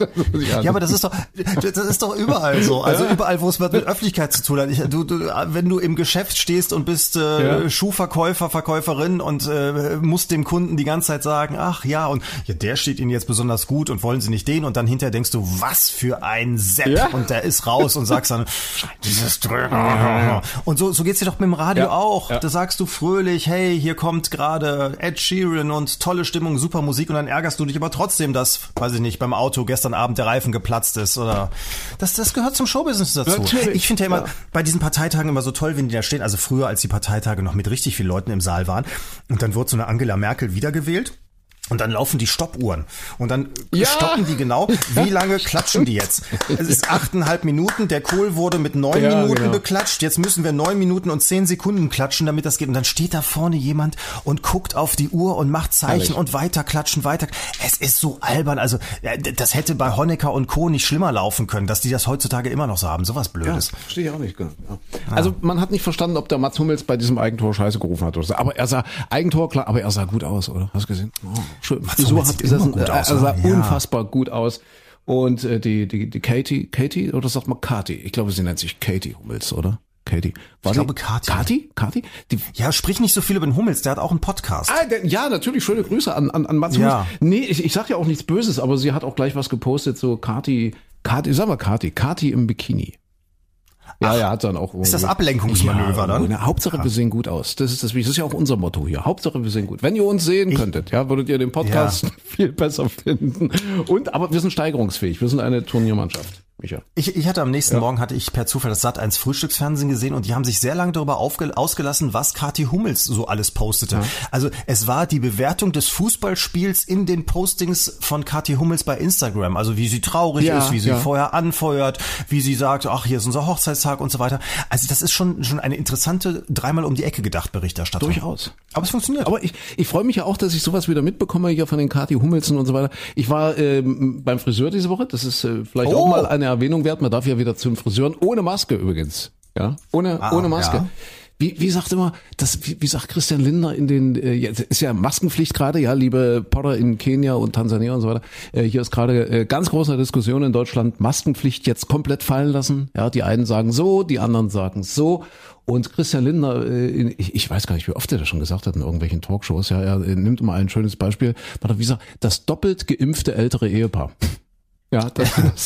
Ja, aber das ist doch überall so. Also überall, wo es mit Öffentlichkeit zu tun hat. Wenn du im Geschäft stehst und bist Schuhverkäufer, Verkäuferin und musst dem Kunden die ganze Zeit sagen, ach ja, und ja, der steht Ihnen jetzt besonders gut und wollen Sie nicht den? Und dann hinterher denkst du, was für ein Sepp. Und der ist raus und sagst dann, dieses Drücken. Und so geht's dir doch mit dem Radio auch. Da sagst du fröhlich, hey, hier kommt gerade Ed Sheeran und tolle Stimmung, super Musik, und dann ärgerst du dich aber trotzdem, dass, weiß ich nicht, beim Auto gestern Abend der Reifen geplatzt ist oder das gehört zum Showbusiness dazu. Natürlich. Ich finde ja immer bei diesen Parteitagen immer so toll, wenn die da stehen, also früher, als die Parteitage noch mit richtig vielen Leuten im Saal waren, und dann wurde so eine Angela Merkel wiedergewählt. Und dann laufen die Stoppuhren. Und dann stoppen die genau, wie lange klatschen die jetzt. Es ist 8,5 Minuten, der Kohl wurde mit 9 Minuten beklatscht, jetzt müssen wir 9 Minuten und 10 Sekunden klatschen, damit das geht. Und dann steht da vorne jemand und guckt auf die Uhr und macht Zeichen und weiter klatschen, weiter. Es ist so albern. Also das hätte bei Honecker und Co. nicht schlimmer laufen können, dass die das heutzutage immer noch so haben. Sowas Blödes. Ja, verstehe ich auch nicht. Ja. Also man hat nicht verstanden, ob der Mats Hummels bei diesem Eigentor Scheiße gerufen hat oder so. Aber er sah, Eigentor, klar, aber er sah gut aus, oder? Hast du gesehen? Oh. Schön. So hat er sah unfassbar gut aus. Und die Katie, oder sagt man Kathi? Ich glaube, sie nennt sich Katie Hummels, oder? Katie. Ich glaube Kathi. Kathi? Ja, sprich nicht so viel über den Hummels, der hat auch einen Podcast. Ja, natürlich, schöne Grüße an Mats Hummels. Nee, ich sag ja auch nichts Böses, aber sie hat auch gleich was gepostet, so Kathi im Bikini. Ja, er hat dann auch. Ist das Ablenkungsmanöver dann? Hauptsache, wir sehen gut aus. Das ist ja auch unser Motto hier. Hauptsache, wir sehen gut. Wenn ihr uns sehen könntet, würdet ihr den Podcast viel besser finden. Aber wir sind steigerungsfähig. Wir sind eine Turniermannschaft. Micha. Ich hatte am nächsten Morgen, hatte ich per Zufall das Sat.1 Frühstücksfernsehen gesehen, und die haben sich sehr lange darüber ausgelassen, was Kathi Hummels so alles postete. Ja. Also es war die Bewertung des Fußballspiels in den Postings von Kathi Hummels bei Instagram. Also wie sie traurig ist, wie sie vorher anfeuert, wie sie sagt, ach, hier ist unser Hochzeitstag und so weiter. Also das ist schon eine interessante, dreimal um die Ecke gedacht Berichterstattung. Durchaus. Aber es funktioniert. Aber ich freue mich ja auch, dass ich sowas wieder mitbekomme hier von den Kathi Hummelsen und so weiter. Ich war beim Friseur diese Woche. Das ist vielleicht auch mal eine Erwähnung wert. Man darf ja wieder zum Friseuren, ohne Maske übrigens. Ja, ohne Maske. Ja. Wie sagt Christian Lindner in den, ist ja Maskenpflicht gerade, ja, liebe Potter in Kenia und Tansania und so weiter. Hier ist gerade ganz große Diskussion in Deutschland, Maskenpflicht jetzt komplett fallen lassen. Ja, die einen sagen so, die anderen sagen so. Und Christian Lindner, ich weiß gar nicht, wie oft er das schon gesagt hat in irgendwelchen Talkshows, ja, er nimmt immer ein schönes Beispiel. Wie gesagt, das doppelt geimpfte ältere Ehepaar. Ja, das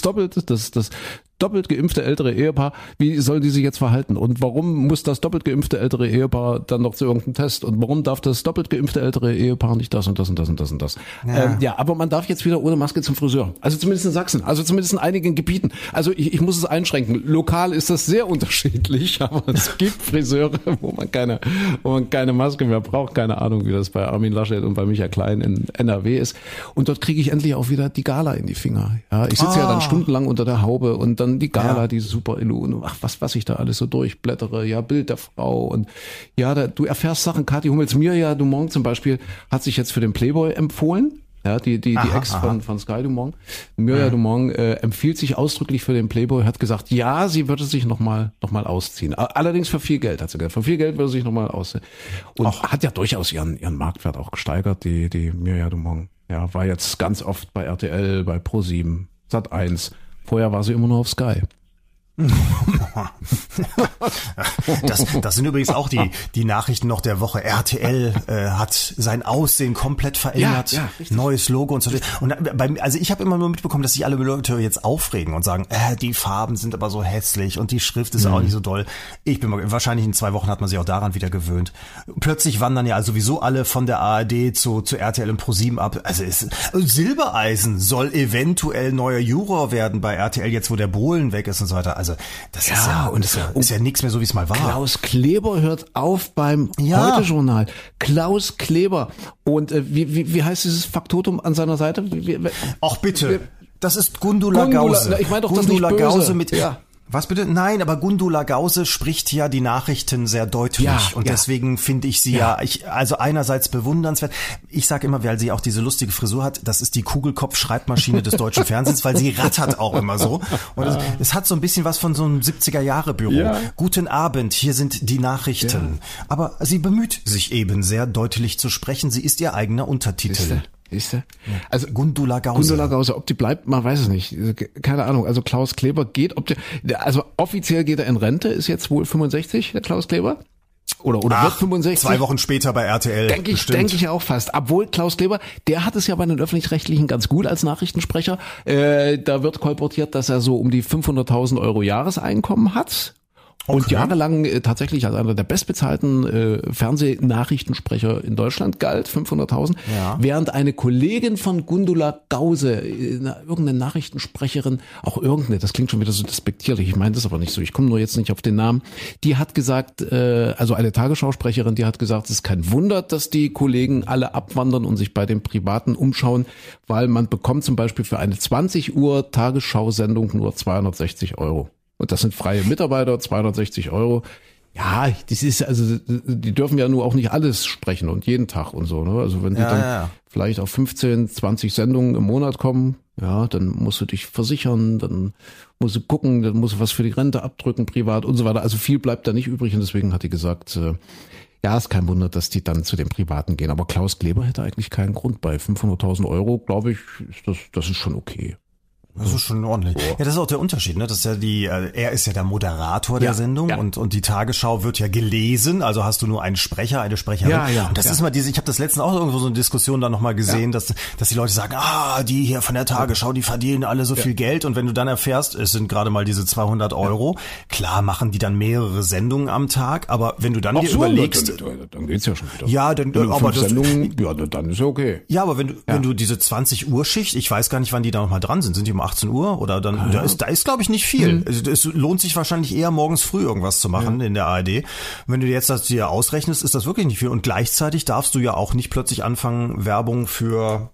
doppelt geimpfte ältere Ehepaar, wie sollen die sich jetzt verhalten? Und warum muss das doppelt geimpfte ältere Ehepaar dann noch zu irgendeinem Test? Und warum darf das doppelt geimpfte ältere Ehepaar nicht das und das und das und das und das? Ja. Aber man darf jetzt wieder ohne Maske zum Friseur. Also zumindest in Sachsen, also zumindest in einigen Gebieten. Also ich muss es einschränken. Lokal ist das sehr unterschiedlich, aber es gibt Friseure, wo man keine Maske mehr braucht. Keine Ahnung, wie das bei Armin Laschet und bei Michael Klein in NRW ist. Und dort kriege ich endlich auch wieder die Gala in die Finger. Ja, ich sitze ja dann stundenlang unter der Haube und dann die Gala, die super Illusion, was ich da alles so durchblättere, ja, Bild der Frau und ja, du erfährst Sachen. Kathi Hummels, Mirja Dumont zum Beispiel, hat sich jetzt für den Playboy empfohlen. Ja, die Ex von Sky Dumont. Mirja Dumont empfiehlt sich ausdrücklich für den Playboy, hat gesagt, ja, sie würde sich noch mal ausziehen. Allerdings für viel Geld, hat sie gesagt. Für viel Geld würde sie sich noch mal ausziehen. Und hat ja durchaus ihren Marktwert auch gesteigert, die Mirja Dumont. Ja, war jetzt ganz oft bei RTL, bei Pro7, Sat.1. Vorher war sie immer nur auf Sky. Das sind übrigens auch die Nachrichten noch der Woche. RTL hat sein Aussehen komplett verändert, neues Logo und so. Und also ich habe immer nur mitbekommen, dass sich alle Leute jetzt aufregen und sagen, die Farben sind aber so hässlich und die Schrift ist auch nicht so doll. Wahrscheinlich in 2 Wochen hat man sich auch daran wieder gewöhnt. Plötzlich wandern ja sowieso alle von der ARD zu RTL und Pro7 ab. Also Silbereisen soll eventuell neuer Juror werden bei RTL, jetzt wo der Bohlen weg ist und so weiter. Also das ist ja nichts mehr so, wie es mal war. Klaus Kleber hört auf beim Heute-Journal. Klaus Kleber. Und wie heißt dieses Faktotum an seiner Seite? Ach bitte, das ist Gundula Gause. Ich meine doch, Gundula das nicht böse. Gause mit... Ja. Was bitte? Nein, aber Gundula Gause spricht ja die Nachrichten sehr deutlich und deswegen finde ich sie also einerseits bewundernswert. Ich sage immer, weil sie auch diese lustige Frisur hat, das ist die Kugelkopf-Schreibmaschine des deutschen Fernsehens, weil sie rattert auch immer so. Und es hat so ein bisschen was von so einem 70er-Jahre-Büro. Ja. Guten Abend, hier sind die Nachrichten. Ja. Aber sie bemüht sich eben sehr deutlich zu sprechen. Sie ist ihr eigener Untertitel. Siehst du? Also Gundula Gause, ob die bleibt, man weiß es nicht. Keine Ahnung. Also Klaus Kleber geht, also offiziell geht er in Rente, ist jetzt wohl 65, der Klaus Kleber. Oder wird 65. 2 Wochen später bei RTL. Denke ich auch fast. Obwohl Klaus Kleber, der hat es ja bei den Öffentlich-Rechtlichen ganz gut als Nachrichtensprecher. Da wird kolportiert, dass er so um die 500.000 € Jahreseinkommen hat. Und jahrelang tatsächlich als einer der bestbezahlten Fernsehnachrichtensprecher in Deutschland galt, 500.000. Ja. Während eine Kollegin von Gundula Gause, irgendeine Nachrichtensprecherin, das klingt schon wieder so despektierlich, ich meine das aber nicht so, ich komme nur jetzt nicht auf den Namen, die hat gesagt, also eine Tagesschausprecherin, die hat gesagt, es ist kein Wunder, dass die Kollegen alle abwandern und sich bei den Privaten umschauen, weil man bekommt zum Beispiel für eine 20 Uhr Tagesschau-Sendung nur 260 €. Und das sind freie Mitarbeiter, 260 €. Ja, das ist, also, die dürfen ja nur auch nicht alles sprechen und jeden Tag und so, ne? Also wenn die vielleicht auf 15, 20 Sendungen im Monat kommen, ja, dann musst du dich versichern, dann musst du gucken, dann musst du was für die Rente abdrücken, privat und so weiter. Also viel bleibt da nicht übrig und deswegen hat die gesagt, ja, ist kein Wunder, dass die dann zu den Privaten gehen. Aber Klaus Kleber hätte eigentlich keinen Grund. Bei 500.000 €, glaube ich, das ist schon okay. Das ist schon ordentlich. Ja, das ist auch der Unterschied, ne? Das ist ja er ist ja der Moderator der Sendung und die Tagesschau wird ja gelesen, also hast du nur einen Sprecher, eine Sprecherin. Ja, und das ist mal ich habe das letztens auch irgendwo so eine Diskussion dann nochmal gesehen, dass die Leute sagen, die hier von der Tagesschau, die verdienen alle so viel Geld und wenn du dann erfährst, es sind gerade mal diese 200 €, klar machen die dann mehrere Sendungen am Tag, aber wenn du dann dir überlegst, dann geht's ja schon wieder. Ja, dann ist ja okay. Ja, aber wenn du diese 20 Uhr Schicht, ich weiß gar nicht, wann die da nochmal dran sind die um 18 Uhr oder dann, da ist glaube ich nicht viel. Also, es lohnt sich wahrscheinlich eher morgens früh irgendwas zu machen in der ARD. Wenn du jetzt das dir ausrechnest, ist das wirklich nicht viel und gleichzeitig darfst du ja auch nicht plötzlich anfangen, Werbung für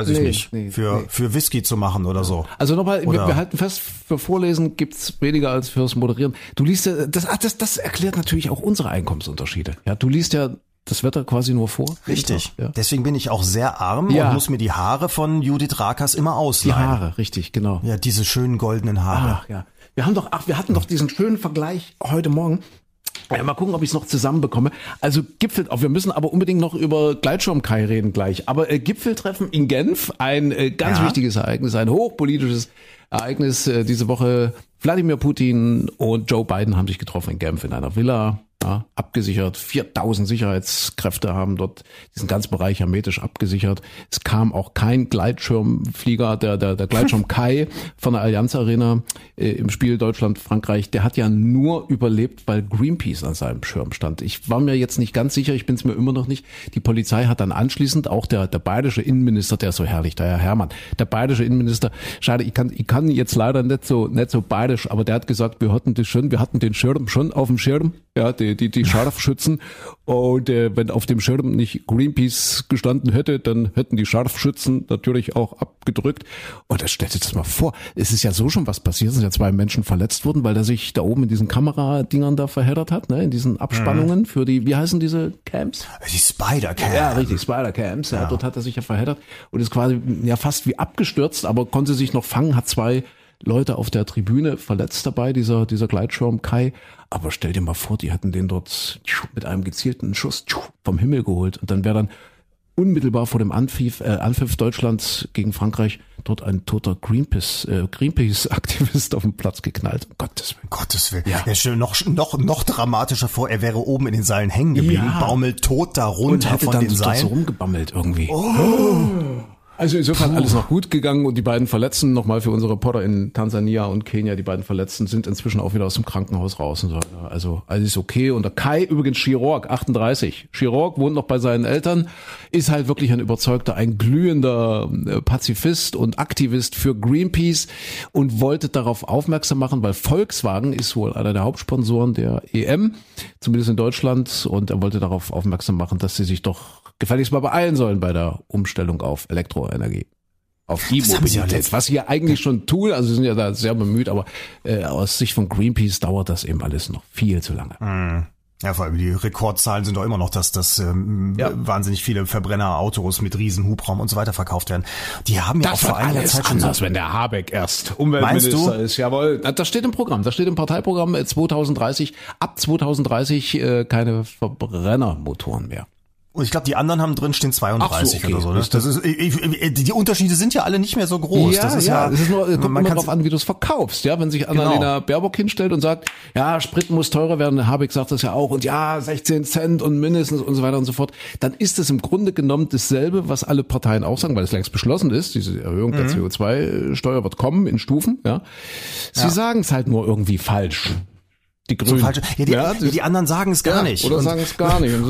für Whisky zu machen oder so. Also nochmal, wir halten fest, für Vorlesen gibt's weniger als fürs Moderieren. Du liest ja, das erklärt natürlich auch unsere Einkommensunterschiede. Ja, du liest ja das Wetter quasi nur vor. Richtig. Ja. Deswegen bin ich auch sehr arm und muss mir die Haare von Judith Rakers immer ausleihen. Die Haare, richtig, genau. Ja, diese schönen goldenen Haare. Ach, ja. Wir hatten doch diesen schönen Vergleich heute Morgen. Ja, mal gucken, ob ich es noch zusammenbekomme. Also wir müssen aber unbedingt noch über Gleitschirmkai reden gleich. Aber Gipfeltreffen in Genf, ein ganz wichtiges Ereignis, ein hochpolitisches Ereignis diese Woche. Wladimir Putin und Joe Biden haben sich getroffen in Genf in einer Villa. Ja, abgesichert. 4.000 Sicherheitskräfte haben dort diesen ganzen Bereich hermetisch abgesichert. Es kam auch kein Gleitschirmflieger, der Gleitschirm Kai von der Allianz Arena im Spiel Deutschland-Frankreich. Der hat ja nur überlebt, weil Greenpeace an seinem Schirm stand. Ich war mir jetzt nicht ganz sicher, ich bin es mir immer noch nicht. Die Polizei hat dann anschließend auch der bayerische Innenminister, der ist so herrlich, der Herr Herrmann, der bayerische Innenminister, schade, ich kann jetzt leider nicht so bayerisch, aber der hat gesagt, wir hatten den Schirm schon auf dem Schirm, ja, die Scharfschützen. Und wenn auf dem Schirm nicht Greenpeace gestanden hätte, dann hätten die Scharfschützen natürlich auch abgedrückt. Und stellt sich das mal vor. Es ist ja so schon was passiert. Es sind ja 2 Menschen verletzt worden, weil der sich da oben in diesen Kameradingern da verheddert hat, ne? In diesen Abspannungen für die, wie heißen diese Camps? Die Spider-Cams. Ja, richtig, Spider-Cams. Ja, dort hat er sich ja verheddert und ist quasi fast wie abgestürzt, aber konnte sich noch fangen, hat 2 Leute auf der Tribüne verletzt dabei, dieser Gleitschirm Kai. Aber stell dir mal vor, die hätten den dort mit einem gezielten Schuss vom Himmel geholt. Und dann wäre dann unmittelbar vor dem Anpfiff Deutschlands gegen Frankreich dort ein toter Greenpeace-Aktivist auf den Platz geknallt. Um Gottes Willen. Ja. Stell dir noch dramatischer vor, er wäre oben in den Seilen hängen geblieben, baumelt tot da runter von den Seilen. So rumgebammelt irgendwie. Oh. Also insofern alles noch gut gegangen und die beiden Verletzten, nochmal für unsere Reporter in Tansania und Kenia, die beiden Verletzten sind inzwischen auch wieder aus dem Krankenhaus raus. Und so. Also alles ist okay. Und der Kai, übrigens Chirurg, 38. Chirurg, wohnt noch bei seinen Eltern, ist halt wirklich ein glühender Pazifist und Aktivist für Greenpeace und wollte darauf aufmerksam machen, weil Volkswagen ist wohl einer der Hauptsponsoren der EM, zumindest in Deutschland, und er wollte darauf aufmerksam machen, dass sie sich doch gefälligst mal beeilen sollen bei der Umstellung auf Elektroenergie, auf E-Mobilität, was sie eigentlich schon tun, also sie sind ja da sehr bemüht, aber aus Sicht von Greenpeace dauert das eben alles noch viel zu lange. Ja, vor allem die Rekordzahlen sind doch immer noch, dass wahnsinnig viele Verbrennerautos mit riesen Hubraum und so weiter verkauft werden. Die haben ja auch vor einiger Zeit schon anders, wenn der Habeck erst Umweltminister ist. Jawohl, das steht im Programm, das steht im Parteiprogramm 2030, ab 2030 keine Verbrennermotoren mehr. Und ich glaube, die anderen haben drin stehen 32 okay. oder so. Ne? Das ist, die Unterschiede sind ja alle nicht mehr so groß. Ja, das ist es ist nur, kommt immer drauf an, wie du es verkaufst. Ja, wenn sich Annalena Baerbock hinstellt und sagt, ja, Sprit muss teurer werden, Habeck sagt das ja auch, und ja, 16 Cent und mindestens und so weiter und so fort, dann ist es im Grunde genommen dasselbe, was alle Parteien auch sagen, weil es längst beschlossen ist, diese Erhöhung der CO2-Steuer wird kommen in Stufen. Ja, sie sagen es halt nur irgendwie falsch. Die Grünen. So die anderen sagen es gar nicht. Oder sagen es gar nicht.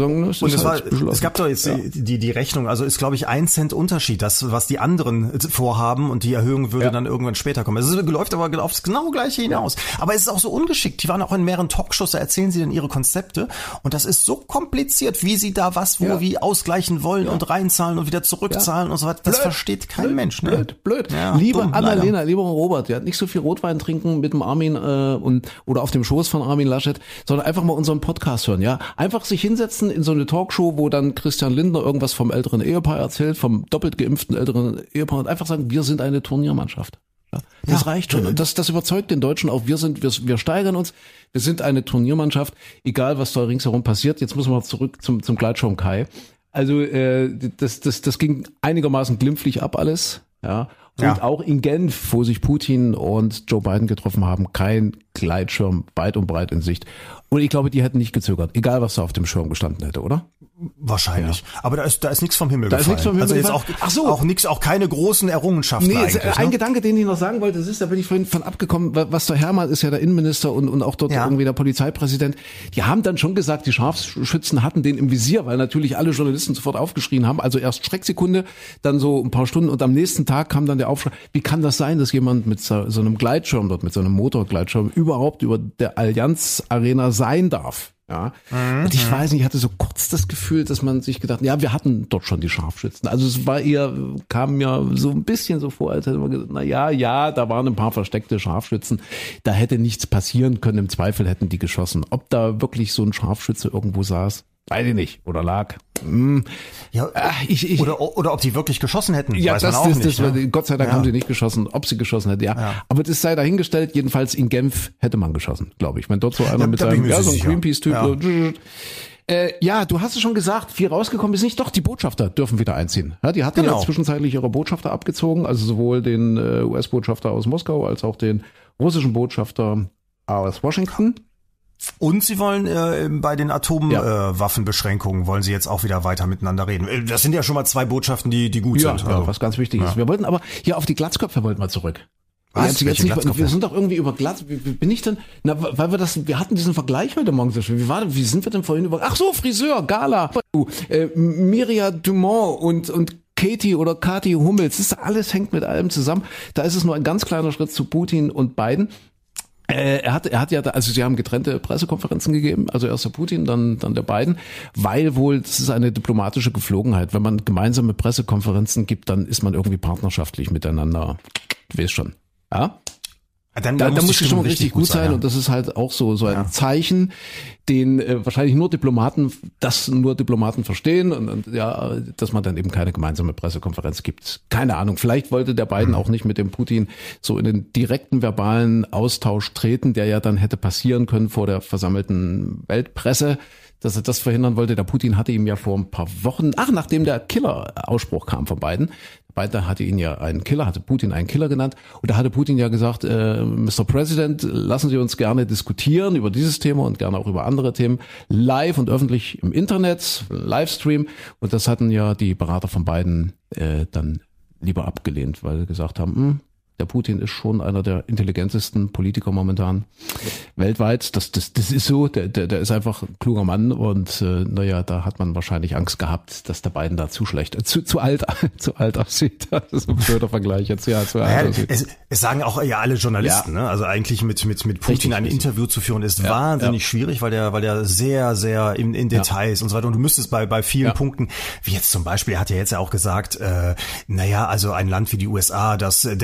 Es gab doch jetzt die Rechnung, also ist, glaube ich, 1 Cent Unterschied, das, was die anderen vorhaben, und die Erhöhung würde dann irgendwann später kommen. Es läuft aber aufs genau Gleiche hinaus. Aber es ist auch so ungeschickt. Die waren auch in mehreren Talkshows, da erzählen sie dann ihre Konzepte, und das ist so kompliziert, wie sie da wie ausgleichen wollen und reinzahlen und wieder zurückzahlen und so weiter. Das versteht kein Mensch. Ne? Blöd. Ja, liebe Annalena, lieber Robert, ja, nicht so viel Rotwein trinken mit dem Armin oder auf dem Schoß von Armin Laschet, sondern einfach mal unseren Podcast hören, ja. Einfach sich hinsetzen in so eine Talkshow, wo dann Christian Lindner irgendwas vom älteren Ehepaar erzählt, vom doppelt geimpften älteren Ehepaar, und einfach sagen, wir sind eine Turniermannschaft. Ja, das reicht schon. Und das überzeugt den Deutschen auch. Wir steigern uns. Wir sind eine Turniermannschaft, egal was da ringsherum passiert. Jetzt müssen wir zurück zum Gleitschirm Kai. Also, das ging einigermaßen glimpflich ab alles, ja. Und auch in Genf, wo sich Putin und Joe Biden getroffen haben, kein Gleitschirm weit und breit in Sicht. Und ich glaube, die hätten nicht gezögert, egal was da auf dem Schirm gestanden hätte, oder? Wahrscheinlich. Ja. Aber da ist nichts vom Himmel gefallen. Da ist nichts vom Himmel gefallen. Also jetzt auch keine großen Errungenschaften eigentlich. Ein Gedanke, den ich noch sagen wollte, da bin ich vorhin von abgekommen, was der Hermann ist ja der Innenminister und auch dort irgendwie der Polizeipräsident. Die haben dann schon gesagt, die Scharfschützen hatten den im Visier, weil natürlich alle Journalisten sofort aufgeschrien haben. Also erst Schrecksekunde, dann so ein paar Stunden, und am nächsten Tag kam dann der Aufschrei. Wie kann das sein, dass jemand mit so einem Gleitschirm dort, mit so einem Motorgleitschirm überhaupt über der Allianz Arena sein darf? Ja. Und ich weiß nicht, ich hatte so kurz das Gefühl, dass man sich gedacht, ja, wir hatten dort schon die Scharfschützen. Also es kam mir so ein bisschen so vor, als hätte man gesagt, da waren ein paar versteckte Scharfschützen. Da hätte nichts passieren können. Im Zweifel hätten die geschossen. Ob da wirklich so ein Scharfschütze irgendwo saß, weiß ich nicht. Oder lag. Ja, oder ob die wirklich geschossen hätten, ja, weiß man auch nicht. Ne? Gott sei Dank haben sie nicht geschossen. Ob sie geschossen hätten, ja. Aber das sei dahingestellt. Jedenfalls in Genf hätte man geschossen, glaube ich. Wenn dort so einer mit seinem, so ein Greenpeace-Typ. Ja. Du hast es schon gesagt, viel rausgekommen ist nicht. Doch, die Botschafter dürfen wieder einziehen. Ja, die hatten ja zwischenzeitlich ihre Botschafter abgezogen, also sowohl den US-Botschafter aus Moskau als auch den russischen Botschafter aus Washington. Und sie wollen bei den Atomwaffenbeschränkungen wollen sie jetzt auch wieder weiter miteinander reden. Das sind ja schon mal 2 Botschaften, die gut sind. Ja, was ganz wichtig ist. Wir wollten aber hier auf die Glatzköpfe wir zurück. Was? Wir sind doch irgendwie über Glatz. Wie bin ich denn? Weil wir hatten diesen Vergleich heute Morgen so schön. Wie sind wir denn vorhin über? Ach so, Friseur, Gala. Miriam Dumont und Katie Hummels. Das alles hängt mit allem zusammen. Da ist es nur ein ganz kleiner Schritt zu Putin und Biden. Er hat ja, also sie haben getrennte Pressekonferenzen gegeben, also erst der Putin, dann der Biden, weil wohl, das ist eine diplomatische Geflogenheit. Wenn man gemeinsame Pressekonferenzen gibt, dann ist man irgendwie partnerschaftlich miteinander. Du weißt schon. Ja? Da muss die Stimmung richtig gut sein, und das ist halt auch so ein Zeichen, den wahrscheinlich nur Diplomaten verstehen, und dass man dann eben keine gemeinsame Pressekonferenz gibt. Keine Ahnung, vielleicht wollte der Biden auch nicht mit dem Putin so in den direkten verbalen Austausch treten, der ja dann hätte passieren können vor der versammelten Weltpresse, dass er das verhindern wollte. Der Putin hatte ihm ja vor ein paar Wochen, nachdem der Killer-Ausspruch kam von Biden hatte Putin einen Killer genannt, und da hatte Putin ja gesagt, Mr. President, lassen Sie uns gerne diskutieren über dieses Thema und gerne auch über andere Themen, live und öffentlich im Internet, Livestream, und das hatten ja die Berater von Biden dann lieber abgelehnt, weil sie gesagt haben, der Putin ist schon einer der intelligentesten Politiker momentan weltweit. Das ist so, der ist einfach ein kluger Mann, und da hat man wahrscheinlich Angst gehabt, dass der Biden da zu alt aussieht. Das ist ein blöder Vergleich jetzt, zu alt aussieht. Es sagen auch alle Journalisten, ne? Also eigentlich mit Putin ein Interview zu führen ist wahnsinnig schwierig, weil der sehr, sehr in Details und so weiter, und du müsstest bei vielen Punkten, wie jetzt zum Beispiel, er hat ja jetzt auch gesagt, also ein Land wie die USA, das Demonstranten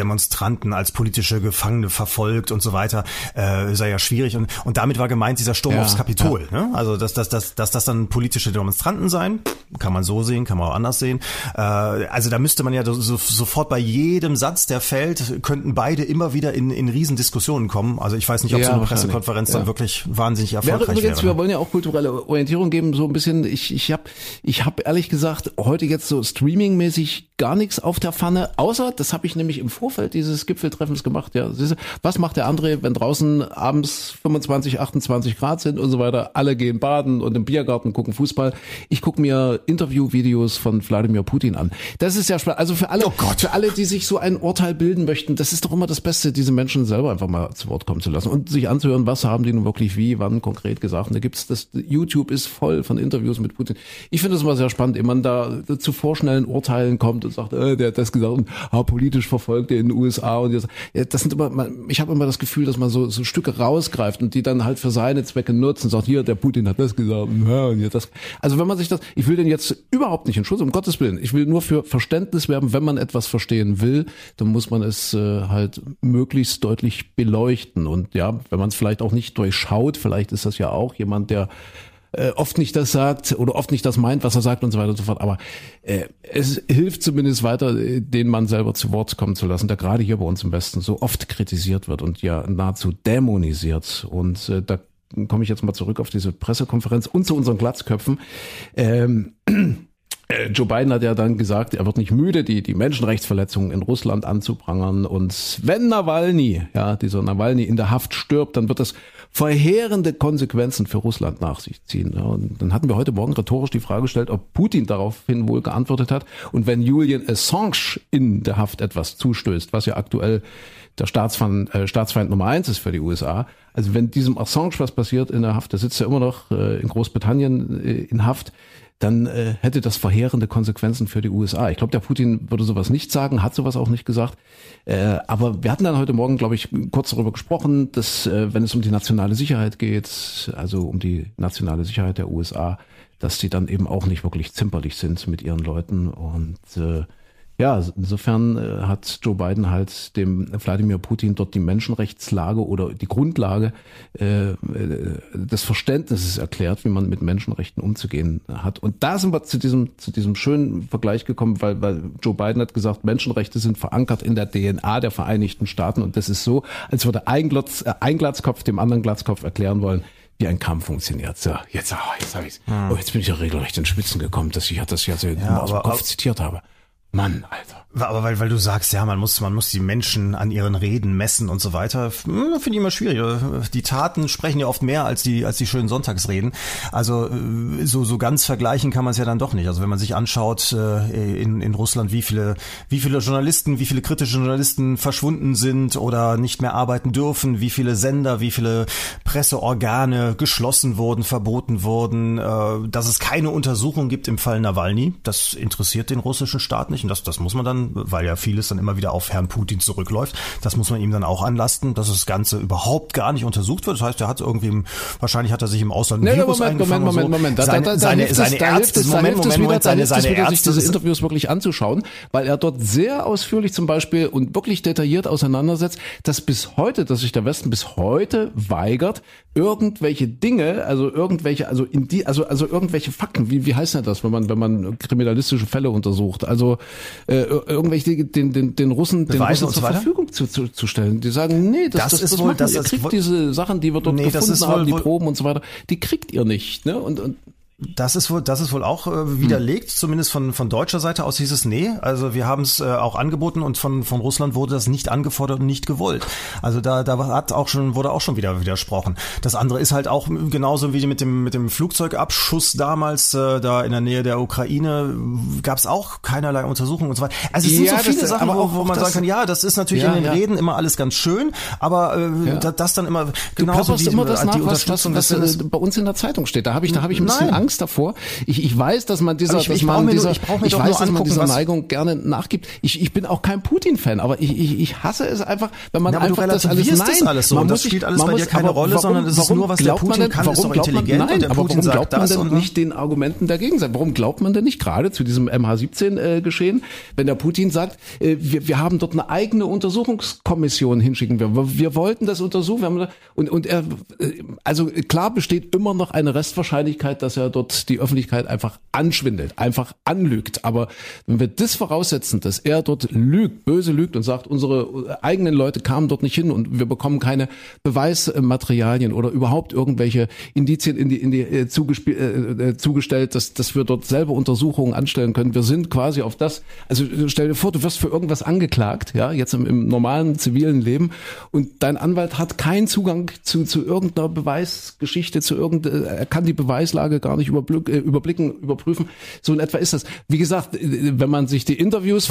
Demonstranten als politische Gefangene verfolgt und so weiter, sei ja schwierig. Und damit war gemeint dieser Sturm aufs Kapitol. Ne? Also dass das dann politische Demonstranten seien, kann man so sehen, kann man auch anders sehen. Also da müsste man ja sofort bei jedem Satz, der fällt, könnten beide immer wieder in Riesendiskussionen kommen. Also ich weiß nicht, ob so eine Pressekonferenz dann wirklich wahnsinnig erfolgreich wäre. Wir wollen ja auch kulturelle Orientierung geben, so ein bisschen. Ich hab ehrlich gesagt heute jetzt so streamingmäßig gar nichts auf der Pfanne, außer, das habe ich nämlich im Vorfeld dieses Gipfeltreffens gemacht. Ja, was macht der André, wenn draußen abends 25, 28 Grad sind und so weiter, alle gehen baden und im Biergarten gucken Fußball. Ich gucke mir Interviewvideos von Wladimir Putin an. Das ist ja spannend. Also für alle, die sich so ein Urteil bilden möchten, das ist doch immer das Beste, diese Menschen selber einfach mal zu Wort kommen zu lassen und sich anzuhören, was haben die nun wirklich wie, wann konkret gesagt. Und da gibt's YouTube ist voll von Interviews mit Putin. Ich finde das immer sehr spannend, wenn man da zu vorschnellen Urteilen kommt und sagt, der hat das gesagt und politisch verfolgt in den USA und das sind immer, ich habe immer das Gefühl, dass man so Stücke rausgreift und die dann halt für seine Zwecke nutzt und sagt, hier, der Putin hat das gesagt und hier das. Also wenn man sich ich will den jetzt überhaupt nicht entschuldigen, um Gottes Willen. Ich will nur für Verständnis werben, wenn man etwas verstehen will, dann muss man es halt möglichst deutlich beleuchten und ja, wenn man es vielleicht auch nicht durchschaut, vielleicht ist das ja auch jemand, der oft nicht das sagt oder oft nicht das meint, was er sagt und so weiter und so fort. Aber es hilft zumindest weiter, den Mann selber zu Wort kommen zu lassen, der gerade hier bei uns im Westen so oft kritisiert wird und ja nahezu dämonisiert. Und da komme ich jetzt mal zurück auf diese Pressekonferenz und zu unseren Glatzköpfen. Joe Biden hat ja dann gesagt, er wird nicht müde, die Menschenrechtsverletzungen in Russland anzuprangern. Und wenn dieser Nawalny in der Haft stirbt, dann wird das verheerende Konsequenzen für Russland nach sich ziehen. Ja, und dann hatten wir heute Morgen rhetorisch die Frage gestellt, ob Putin daraufhin wohl geantwortet hat. Und wenn Julian Assange in der Haft etwas zustößt, was ja aktuell der Staatsfeind Nummer 1 ist für die USA. Also wenn diesem Assange was passiert in der Haft, der sitzt ja immer noch in Großbritannien in Haft, dann hätte das verheerende Konsequenzen für die USA. Ich glaube, der Putin würde sowas nicht sagen, hat sowas auch nicht gesagt. Aber wir hatten dann heute Morgen, glaube ich, kurz darüber gesprochen, dass wenn es um die nationale Sicherheit geht, also um die nationale Sicherheit der USA, dass die dann eben auch nicht wirklich zimperlich sind mit ihren Leuten. Und ja, insofern hat Joe Biden halt dem Wladimir Putin dort die Menschenrechtslage oder die Grundlage des Verständnisses erklärt, wie man mit Menschenrechten umzugehen hat. Und da sind wir zu diesem schönen Vergleich gekommen, weil Joe Biden hat gesagt, Menschenrechte sind verankert in der DNA der Vereinigten Staaten. Und das ist so, als würde ein Glatzkopf dem anderen Glatzkopf erklären wollen, wie ein Kampf funktioniert. So, jetzt habe ich's. Oh, jetzt bin ich ja regelrecht in Schwitzen gekommen, dass ich das ja so aus dem Kopf zitiert habe. Mann, Alter. Aber weil du sagst, ja, man muss die Menschen an ihren Reden messen und so weiter, finde ich immer schwierig. Die Taten sprechen ja oft mehr als die schönen Sonntagsreden. Also so ganz vergleichen kann man es ja dann doch nicht. Also wenn man sich anschaut in Russland, wie viele Journalisten, wie viele kritische Journalisten verschwunden sind oder nicht mehr arbeiten dürfen, wie viele Sender, wie viele Presseorgane geschlossen wurden, verboten wurden, dass es keine Untersuchung gibt im Fall Nawalny, das interessiert den russischen Staat nicht. Und das muss man dann, weil ja vieles dann immer wieder auf Herrn Putin zurückläuft, das muss man ihm dann auch anlasten, dass das Ganze überhaupt gar nicht untersucht wird. Das heißt, wahrscheinlich hat er sich im Ausland ein Virus eingefangen. Moment. Seine Ärzte, sich diese Interviews wirklich anzuschauen, weil er dort sehr ausführlich zum Beispiel und wirklich detailliert auseinandersetzt, dass sich der Westen bis heute weigert, irgendwelche Dinge, irgendwelche Fakten, wie heißt denn das, wenn man kriminalistische Fälle untersucht, also irgendwelche den Russen zur Verfügung zu stellen. Die sagen, nee, ihr kriegt diese Sachen, die wir dort gefunden haben, die Proben und so weiter, die kriegt ihr nicht, ne? Und Das ist wohl auch widerlegt, zumindest von deutscher Seite aus hieß es nee. Also wir haben es auch angeboten und von Russland wurde das nicht angefordert und nicht gewollt. Also da wurde auch schon wieder widersprochen. Das andere ist halt auch genauso wie mit dem Flugzeugabschuss damals da in der Nähe der Ukraine gab es auch keinerlei Untersuchungen und so weiter. Also es sind so viele Sachen, wo man sagen kann, ja, das ist natürlich in den Reden immer alles ganz schön, aber das dann immer genauso wie immer das nach, was bei uns in der Zeitung steht. Da habe ich ein bisschen Angst Angst davor. Ich weiß, dass man dieser Neigung gerne nachgibt. Ich bin auch kein Putin-Fan, aber ich hasse es einfach, wenn man einfach das alles so. Das spielt alles bei dir keine Rolle, sondern es ist nur, was der Putin kann, ist doch intelligent und der Putin sagt das. Warum glaubt man denn nicht den Argumenten dagegen sein? Warum glaubt man denn nicht gerade zu diesem MH17-Geschehen, wenn der Putin sagt, wir haben dort eine eigene Untersuchungskommission hinschicken. Wir wollten das untersuchen. Also klar besteht immer noch eine Restwahrscheinlichkeit, dass er dort die Öffentlichkeit einfach anschwindelt, einfach anlügt. Aber wenn wir das voraussetzen, dass er dort lügt, böse lügt und sagt, unsere eigenen Leute kamen dort nicht hin und wir bekommen keine Beweismaterialien oder überhaupt irgendwelche Indizien in die zugestellt, dass wir dort selber Untersuchungen anstellen können. Wir sind quasi auf das, also stell dir vor, du wirst für irgendwas angeklagt, ja, jetzt im normalen zivilen Leben und dein Anwalt hat keinen Zugang zu irgendeiner Beweisgeschichte, er kann die Beweislage gar nicht überprüfen. So in etwa ist das. Wie gesagt, wenn man sich die Interviews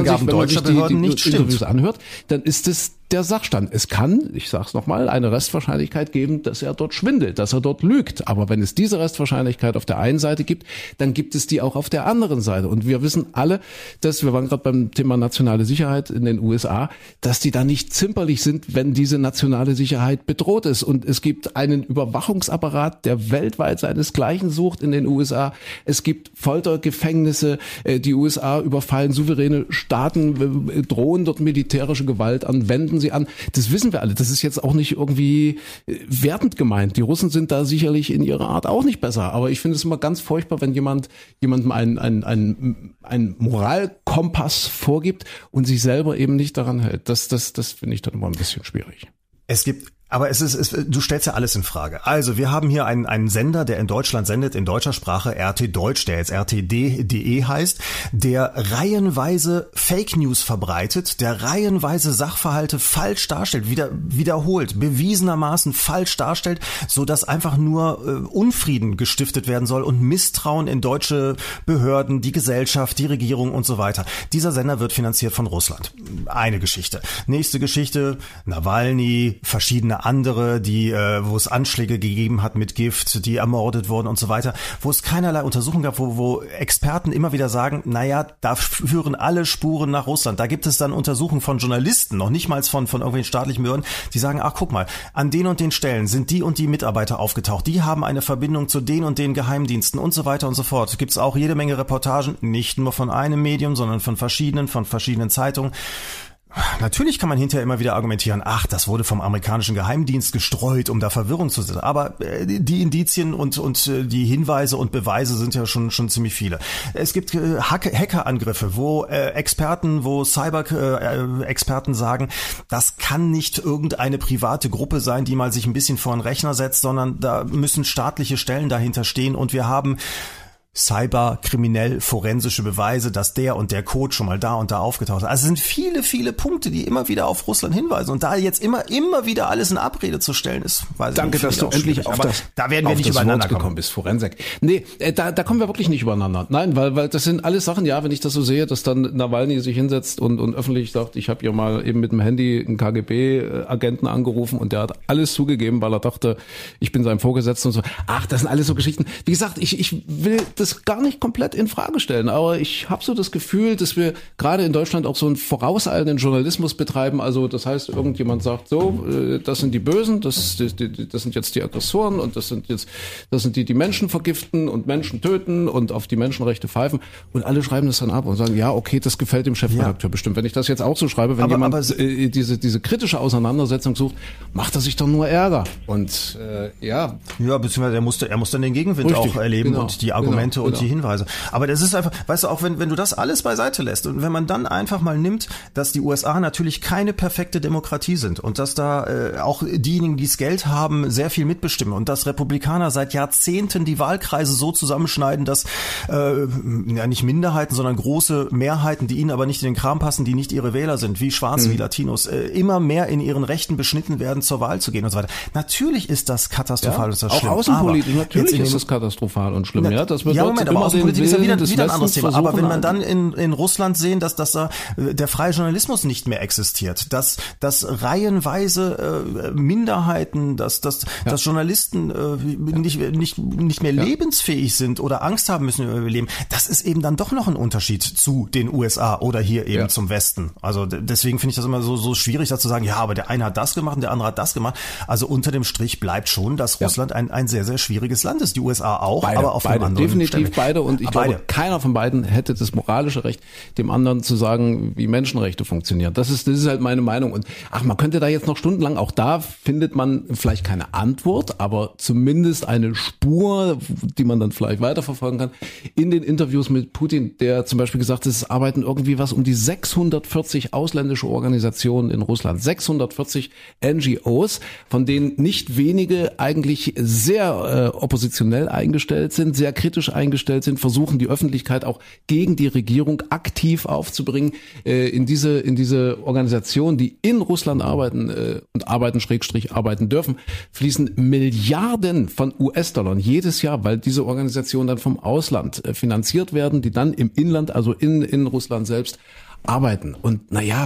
Interviews anhört, dann ist es der Sachstand. Es kann, ich sag's nochmal, eine Restwahrscheinlichkeit geben, dass er dort schwindelt, dass er dort lügt. Aber wenn es diese Restwahrscheinlichkeit auf der einen Seite gibt, dann gibt es die auch auf der anderen Seite. Und wir wissen alle, wir waren gerade beim Thema nationale Sicherheit in den USA, dass die da nicht zimperlich sind, wenn diese nationale Sicherheit bedroht ist. Und es gibt einen Überwachungsapparat, der weltweit seinesgleichen sucht in den USA. Es gibt Foltergefängnisse. Die USA überfallen souveräne Staaten, drohen dort militärische Gewalt an, wenden sie an. Das wissen wir alle. Das ist jetzt auch nicht irgendwie wertend gemeint. Die Russen sind da sicherlich in ihrer Art auch nicht besser. Aber ich finde es immer ganz furchtbar, wenn jemandem einen Moralkompass vorgibt und sich selber eben nicht daran hält. Das finde ich dann immer ein bisschen schwierig. Aber du stellst ja alles in Frage. Also wir haben hier einen Sender, der in Deutschland sendet, in deutscher Sprache, RT Deutsch, der jetzt rtd.de heißt, der reihenweise Fake News verbreitet, der reihenweise Sachverhalte falsch darstellt, wiederholt, bewiesenermaßen falsch darstellt, so dass einfach nur Unfrieden gestiftet werden soll und Misstrauen in deutsche Behörden, die Gesellschaft, die Regierung und so weiter. Dieser Sender wird finanziert von Russland. Eine Geschichte. Nächste Geschichte, Nawalny, verschiedene andere, wo es Anschläge gegeben hat mit Gift, die ermordet wurden und so weiter, wo es keinerlei Untersuchungen gab, wo Experten immer wieder sagen, naja, da führen alle Spuren nach Russland. Da gibt es dann Untersuchungen von Journalisten, noch nicht mal von irgendwelchen staatlichen Behörden, die sagen, ach guck mal, an den und den Stellen sind die und die Mitarbeiter aufgetaucht, die haben eine Verbindung zu den und den Geheimdiensten und so weiter und so fort. Gibt es auch jede Menge Reportagen, nicht nur von einem Medium, sondern von verschiedenen Zeitungen. Natürlich kann man hinterher immer wieder argumentieren, ach, das wurde vom amerikanischen Geheimdienst gestreut, um da Verwirrung zu setzen. Aber die Indizien und die Hinweise und Beweise sind ja schon ziemlich viele. Es gibt Hackerangriffe, wo Cyber-Experten sagen, das kann nicht irgendeine private Gruppe sein, die mal sich ein bisschen vor einen Rechner setzt, sondern da müssen staatliche Stellen dahinter stehen und wir haben cyberkriminell-forensische Beweise, dass der und der Code schon mal da und da aufgetaucht hat. Also es sind viele, viele Punkte, die immer wieder auf Russland hinweisen. Und da jetzt immer wieder alles in Abrede zu stellen ist, weiß ich nicht. Danke, dass du endlich da werden wir nicht übereinander gekommen bist, Forensik. Nee, da kommen wir wirklich nicht übereinander. Nein, weil das sind alles Sachen, ja, wenn ich das so sehe, dass dann Nawalny sich hinsetzt und öffentlich sagt, ich habe hier mal eben mit dem Handy einen KGB-Agenten angerufen und der hat alles zugegeben, weil er dachte, ich bin sein Vorgesetzter und so. Ach, das sind alles so Geschichten. Wie gesagt, ich will das gar nicht komplett in Frage stellen, aber ich habe so das Gefühl, dass wir gerade in Deutschland auch so einen vorauseilenden Journalismus betreiben. Also das heißt, irgendjemand sagt so, das sind die Bösen, das sind jetzt die Aggressoren und das sind die Menschen vergiften und Menschen töten und auf die Menschenrechte pfeifen und alle schreiben das dann ab und sagen, ja, okay, das gefällt dem Chefredakteur bestimmt. Wenn ich das jetzt auch so schreibe, wenn jemand diese kritische Auseinandersetzung sucht, macht er sich doch nur Ärger und ja, beziehungsweise er muss dann den Gegenwind auch erleben und die Argumente und die Hinweise. Aber das ist einfach, weißt du, auch wenn du das alles beiseite lässt und wenn man dann einfach mal nimmt, dass die USA natürlich keine perfekte Demokratie sind und dass da auch diejenigen, die das Geld haben, sehr viel mitbestimmen und dass Republikaner seit Jahrzehnten die Wahlkreise so zusammenschneiden, dass nicht Minderheiten, sondern große Mehrheiten, die ihnen aber nicht in den Kram passen, die nicht ihre Wähler sind, wie Schwarze, wie Latinos, immer mehr in ihren Rechten beschnitten werden, zur Wahl zu gehen und so weiter. Natürlich ist das katastrophal, ist das schlimm. Auch außenpolitisch, natürlich ist das katastrophal und schlimm. Ja, das wird Ja, Moment, aber Außenpolitik ist ja wieder ein anderes Thema. Aber wenn man dann in Russland sehen, dass da der freie Journalismus nicht mehr existiert, dass reihenweise Minderheiten, dass Journalisten nicht mehr lebensfähig sind oder Angst haben müssen über ihr Leben, das ist eben dann doch noch ein Unterschied zu den USA oder hier eben zum Westen. Also deswegen finde ich das immer so schwierig, da zu sagen, ja, aber der eine hat das gemacht und der andere hat das gemacht. Also unter dem Strich bleibt schon, dass Russland ein sehr, sehr schwieriges Land ist. Die USA auch, aber auf einem anderen definitiv beide. Und ich glaube, keiner von beiden hätte das moralische Recht, dem anderen zu sagen, wie Menschenrechte funktionieren. Das ist halt meine Meinung. Und man könnte da jetzt noch stundenlang, auch da findet man vielleicht keine Antwort, aber zumindest eine Spur, die man dann vielleicht weiterverfolgen kann. In den Interviews mit Putin, der zum Beispiel gesagt hat, es arbeiten irgendwie was um die 640 ausländische Organisationen in Russland. 640 NGOs, von denen nicht wenige eigentlich sehr oppositionell eingestellt sind, sehr kritisch eingestellt sind, versuchen die Öffentlichkeit auch gegen die Regierung aktiv aufzubringen. In diese Organisationen, die in Russland arbeiten und arbeiten dürfen, fließen Milliarden von US-Dollar jedes Jahr, weil diese Organisationen dann vom Ausland finanziert werden, die dann im Inland, also in Russland selbst, arbeiten. Und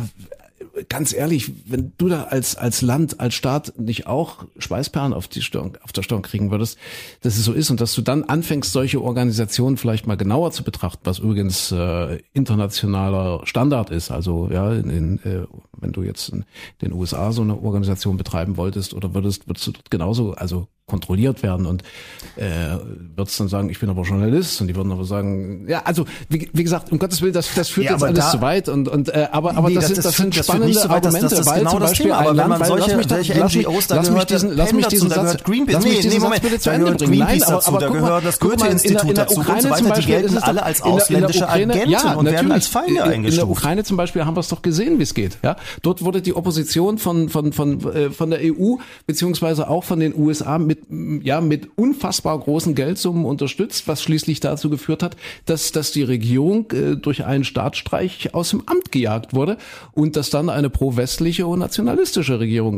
ganz ehrlich, wenn du da als Land, als Staat nicht auch Schweißperlen auf der Stirn kriegen würdest, dass es so ist und dass du dann anfängst, solche Organisationen vielleicht mal genauer zu betrachten, was übrigens internationaler Standard ist. Also wenn du jetzt in den USA so eine Organisation betreiben wolltest oder würdest du dort genauso kontrolliert werden und würdest dann sagen, ich bin aber Journalist, und die würden aber sagen, wie gesagt, um Gottes Willen, das führt jetzt alles zu weit aber das sind spannende so weit, Argumente, das weil genau zum Beispiel das Thema, aber wenn man solche NGOs, da gehört Greenpeace, Moment, da gehört Greenpeace dazu, da gehört das Goethe-Institut dazu und so weiter, die gelten alle als ausländische Agenten und werden als Feinde eingestuft. In der Ukraine zum Beispiel haben wir es doch gesehen, wie es geht. Ja, dort wurde die Opposition von der EU beziehungsweise auch von den USA mit unfassbar großen Geldsummen unterstützt, was schließlich dazu geführt hat, dass die Regierung durch einen Staatsstreich aus dem Amt gejagt wurde und dass dann eine pro-westliche und nationalistische Regierung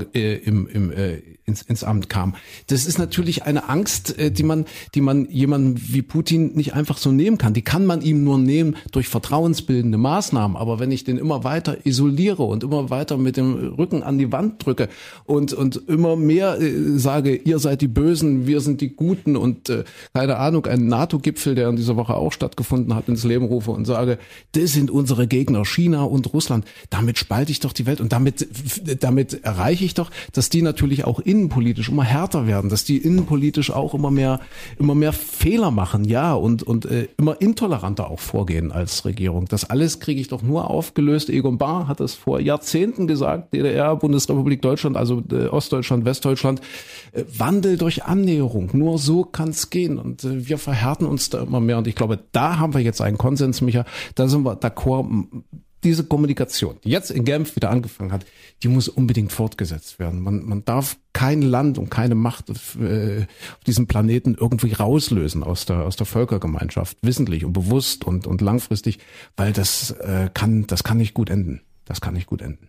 ins Amt kam. Das ist natürlich eine Angst, die man jemandem wie Putin nicht einfach so nehmen kann. Die kann man ihm nur nehmen durch vertrauensbildende Maßnahmen. Aber wenn ich den immer weiter isoliere und immer weiter mit dem Rücken an die Wand drücke und immer mehr sage, ihr seid die Bösen, wir sind die Guten und keine Ahnung, ein NATO-Gipfel, der in dieser Woche auch stattgefunden hat, ins Leben rufe und sage, das sind unsere Gegner, China und Russland. Damit spalte ich doch die Welt und damit erreiche ich doch, dass die natürlich auch innenpolitisch immer härter werden, dass die innenpolitisch auch immer mehr Fehler machen, und immer intoleranter auch vorgehen als Regierung. Das alles kriege ich doch nur aufgelöst. Egon Bahr hat das vor Jahrzehnten gesagt, DDR, Bundesrepublik Deutschland, also Ostdeutschland, Westdeutschland, Wandel durch Annäherung, nur so kann es gehen und wir verhärten uns da immer mehr und ich glaube, da haben wir jetzt einen Konsens, Micha, da sind wir d'accord. Diese Kommunikation, die jetzt in Genf wieder angefangen hat, die muss unbedingt fortgesetzt werden. Man darf kein Land und keine Macht auf diesem Planeten irgendwie rauslösen aus der Völkergemeinschaft, wissentlich und bewusst und langfristig, weil das kann nicht gut enden. Das kann nicht gut enden.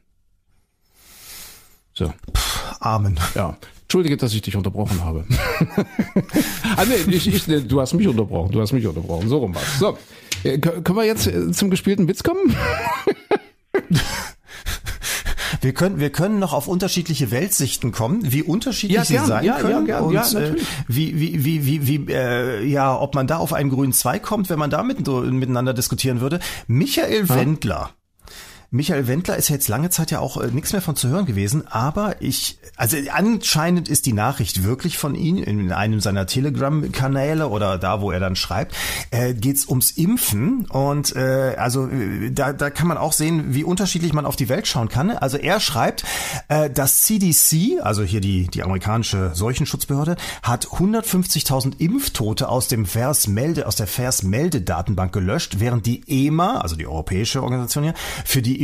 So. Amen. Ja. Entschuldige, dass ich dich unterbrochen habe. Du hast mich unterbrochen. So rum war's. So. Können wir jetzt zum gespielten Witz kommen? Wir können noch auf unterschiedliche Weltsichten kommen, wie unterschiedlich sie sein können und ob man da auf einen grünen Zweig kommt, wenn man da miteinander diskutieren würde. Michael Wendler ist ja jetzt lange Zeit ja auch nichts mehr von zu hören gewesen, aber anscheinend ist die Nachricht wirklich von ihm in einem seiner Telegram-Kanäle oder da, wo er dann schreibt, geht's ums Impfen und da kann man auch sehen, wie unterschiedlich man auf die Welt schauen kann. Also er schreibt, das CDC, also hier die amerikanische Seuchenschutzbehörde, hat 150.000 Impftote aus der VAERS-Meldedatenbank gelöscht, während die EMA, also die europäische Organisation hier, für die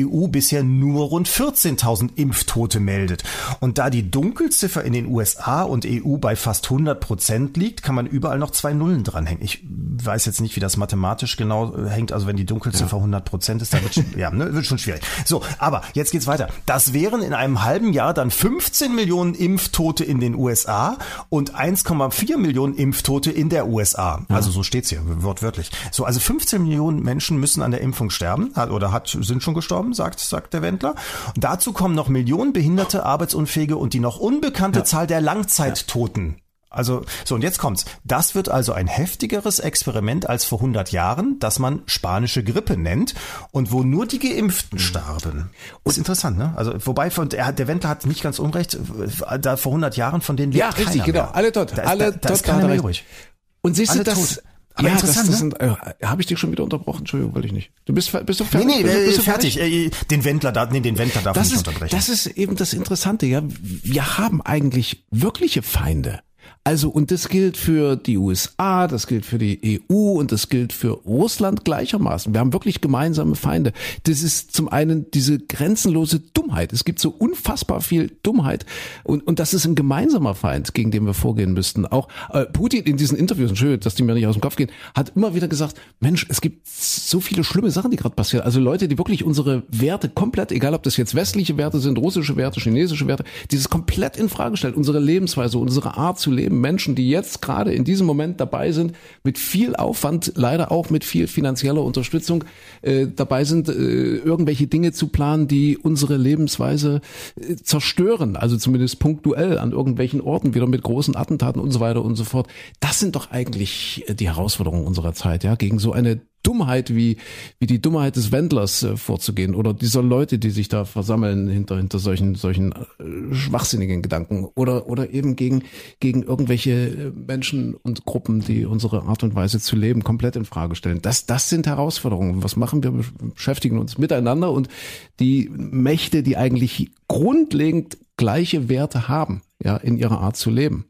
die EU bisher nur rund 14.000 Impftote meldet. Und da die Dunkelziffer in den USA und EU bei fast 100% liegt, kann man überall noch 2 Nullen dranhängen. Ich weiß jetzt nicht, wie das mathematisch genau hängt. Also wenn die Dunkelziffer 100% ist, dann wird schon schwierig. So, aber jetzt geht's weiter. Das wären in einem halben Jahr dann 15 Millionen Impftote in den USA und 1,4 Millionen Impftote in der USA. Also so steht's hier, wortwörtlich. So, also 15 Millionen Menschen müssen an der Impfung sterben sind schon gestorben, sagt der Wendler. Und dazu kommen noch Millionen Behinderte, Arbeitsunfähige und die noch unbekannte Zahl der Langzeittoten. Also, so, und jetzt kommt's. Das wird also ein heftigeres Experiment als vor 100 Jahren, das man spanische Grippe nennt und wo nur die Geimpften starben. Das ist interessant, ne? Also, wobei, der Wendler hat nicht ganz unrecht, da vor 100 Jahren von denen lebt keiner richtig, genau. Mehr. Alle tot. Da ist keiner mehr übrig. Und siehst du das? Tot. Aber interessant, habe ich dich schon wieder unterbrochen? Entschuldigung, wollte ich nicht. Bist du fertig? Nee, bist du fertig? Den Wendler darf ich nicht unterbrechen. Das ist eben das Interessante, ja. Wir haben eigentlich wirkliche Feinde. Also, und das gilt für die USA, das gilt für die EU und das gilt für Russland gleichermaßen. Wir haben wirklich gemeinsame Feinde. Das ist zum einen diese grenzenlose Dummheit. Es gibt so unfassbar viel Dummheit und das ist ein gemeinsamer Feind, gegen den wir vorgehen müssten. Auch Putin in diesen Interviews, Entschuldigung, dass die mir nicht aus dem Kopf gehen, hat immer wieder gesagt, Mensch, es gibt so viele schlimme Sachen, die gerade passieren. Also Leute, die wirklich unsere Werte komplett, egal ob das jetzt westliche Werte sind, russische Werte, chinesische Werte, dieses komplett in Frage stellen. Unsere Lebensweise, unsere Art zu leben. Menschen, die jetzt gerade in diesem Moment dabei sind, mit viel Aufwand, leider auch mit viel finanzieller Unterstützung, dabei sind, irgendwelche Dinge zu planen, die unsere Lebensweise zerstören. Also zumindest punktuell an irgendwelchen Orten, wieder mit großen Attentaten und so weiter und so fort. Das sind doch eigentlich die Herausforderungen unserer Zeit, ja, gegen so eine Dummheit wie die Dummheit des Wendlers vorzugehen oder dieser Leute, die sich da versammeln hinter solchen schwachsinnigen Gedanken oder eben gegen irgendwelche Menschen und Gruppen, die unsere Art und Weise zu leben komplett in Frage stellen. Das sind Herausforderungen. Was machen wir? Wir beschäftigen uns miteinander und die Mächte, die eigentlich grundlegend gleiche Werte haben, ja, in ihrer Art zu leben,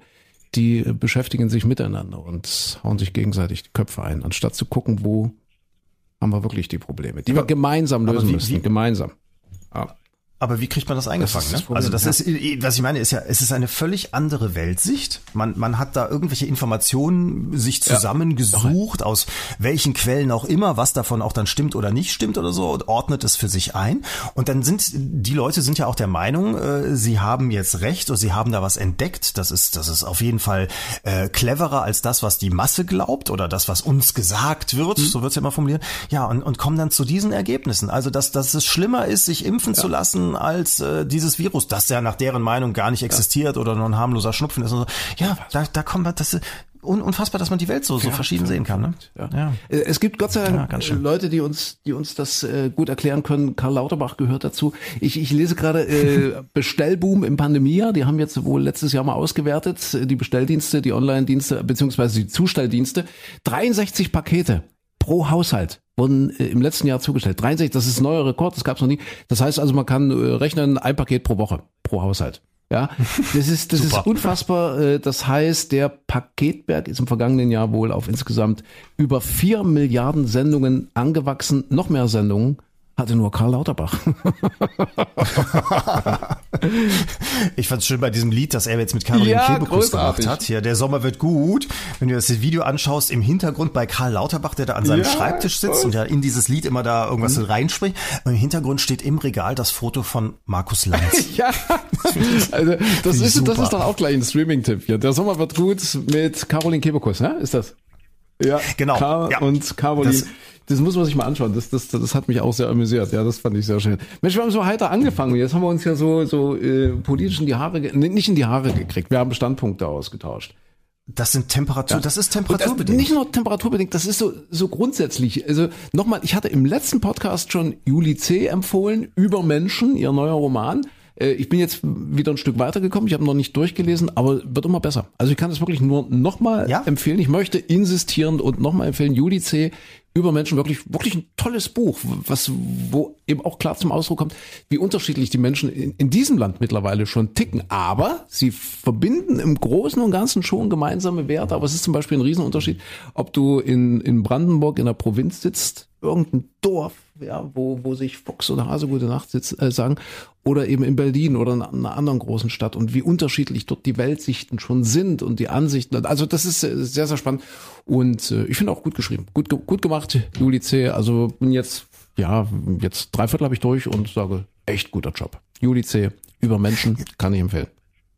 die beschäftigen sich miteinander und hauen sich gegenseitig die Köpfe ein, anstatt zu gucken, wo haben wir wirklich die Probleme, die wir gemeinsam lösen müssen. Gemeinsam. Ja. Aber wie kriegt man das eingefangen? Das Problem, das ist, was ich meine, ist ja, es ist eine völlig andere Weltsicht. Man hat da irgendwelche Informationen sich zusammengesucht, aus welchen Quellen auch immer, was davon auch dann stimmt oder nicht stimmt oder so, und ordnet es für sich ein. Und dann die Leute sind ja auch der Meinung, sie haben jetzt recht oder sie haben da was entdeckt. Das ist auf jeden Fall cleverer als das, was die Masse glaubt oder das, was uns gesagt wird, so wird's ja immer formuliert. Ja, und kommen dann zu diesen Ergebnissen. Also, dass es schlimmer ist, sich impfen zu lassen, als dieses Virus, das ja nach deren Meinung gar nicht existiert oder nur ein harmloser Schnupfen ist. Und so. Ja, da kommen wir, das ist unfassbar, dass man die Welt so verschieden sehen kann. Ne? Ja. Es gibt Gott sei Dank Leute, die uns das gut erklären können. Karl Lauterbach gehört dazu. Ich lese gerade Bestellboom im Pandemiejahr. Die haben jetzt wohl letztes Jahr mal ausgewertet, die Bestelldienste, die Online-Dienste beziehungsweise die Zustelldienste. 63 Pakete pro Haushalt wurden im letzten Jahr zugestellt. 63, das ist ein neuer Rekord, das gab's noch nie. Das heißt also, man kann rechnen, ein Paket pro Woche, pro Haushalt. Ja, das ist unfassbar. Das heißt, der Paketberg ist im vergangenen Jahr wohl auf insgesamt über 4 Milliarden Sendungen angewachsen. Noch mehr Sendungen hatte nur Karl Lauterbach. Ich fand's schön bei diesem Lied, das er jetzt mit Caroline Kebekus gemacht hat. Hier, der Sommer wird gut. Wenn du das Video anschaust, im Hintergrund bei Karl Lauterbach, der da an seinem Schreibtisch sitzt und ja in dieses Lied immer da irgendwas reinspricht. Und im Hintergrund steht im Regal das Foto von Markus Lanz. Ja, also das ist doch auch gleich ein Streaming-Tipp hier. Der Sommer wird gut mit Caroline Kebekus, ne? Ist das? Ja, genau. Und Caroline. Das muss man sich mal anschauen. Das hat mich auch sehr amüsiert. Ja, das fand ich sehr schön. Mensch, wir haben so heiter angefangen. Jetzt haben wir uns ja so politisch in die Haare, nicht in die Haare gekriegt. Wir haben Standpunkte ausgetauscht. Das ist temperaturbedingt. Nicht nur temperaturbedingt, das ist so grundsätzlich. Also nochmal, ich hatte im letzten Podcast schon Julie C. empfohlen, Übermenschen, ihr neuer Roman. Ich bin jetzt wieder ein Stück weitergekommen, ich habe noch nicht durchgelesen, aber wird immer besser. Also ich kann das wirklich nur nochmal empfehlen. Ich möchte insistieren und nochmal empfehlen, Julie C., Übermenschen, wirklich ein tolles Buch, wo eben auch klar zum Ausdruck kommt, wie unterschiedlich die Menschen in diesem Land mittlerweile schon ticken. Aber sie verbinden im Großen und Ganzen schon gemeinsame Werte. Aber es ist zum Beispiel ein Riesenunterschied, ob du in Brandenburg in der Provinz sitzt, irgendein Dorf, ja, wo sich Fuchs und Hase gute Nacht sagen, oder eben in Berlin oder in einer anderen großen Stadt und wie unterschiedlich dort die Weltsichten schon sind und die Ansichten. Also das ist sehr, sehr spannend und ich finde auch gut geschrieben. Gut gemacht, Juli C. Also bin jetzt 3/4 habe ich durch und sage, echt guter Job. Juli C. über Menschen kann ich empfehlen.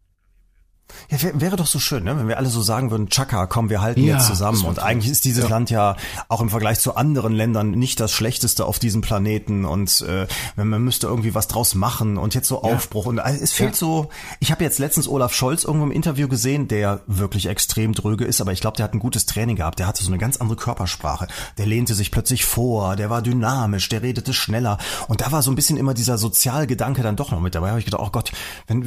Ja, wäre doch so schön, ne? Wenn wir alle so sagen würden, Chaka, komm, wir halten jetzt zusammen. Und eigentlich ist dieses Land ja auch im Vergleich zu anderen Ländern nicht das Schlechteste auf diesem Planeten. Und man müsste irgendwie was draus machen und jetzt so Aufbruch. Und es fehlt so, ich habe jetzt letztens Olaf Scholz irgendwo im Interview gesehen, der wirklich extrem dröge ist, aber ich glaube, der hat ein gutes Training gehabt. Der hatte so eine ganz andere Körpersprache. Der lehnte sich plötzlich vor, der war dynamisch, der redete schneller. Und da war so ein bisschen immer dieser Sozialgedanke dann doch noch mit dabei. Habe ich gedacht, oh Gott,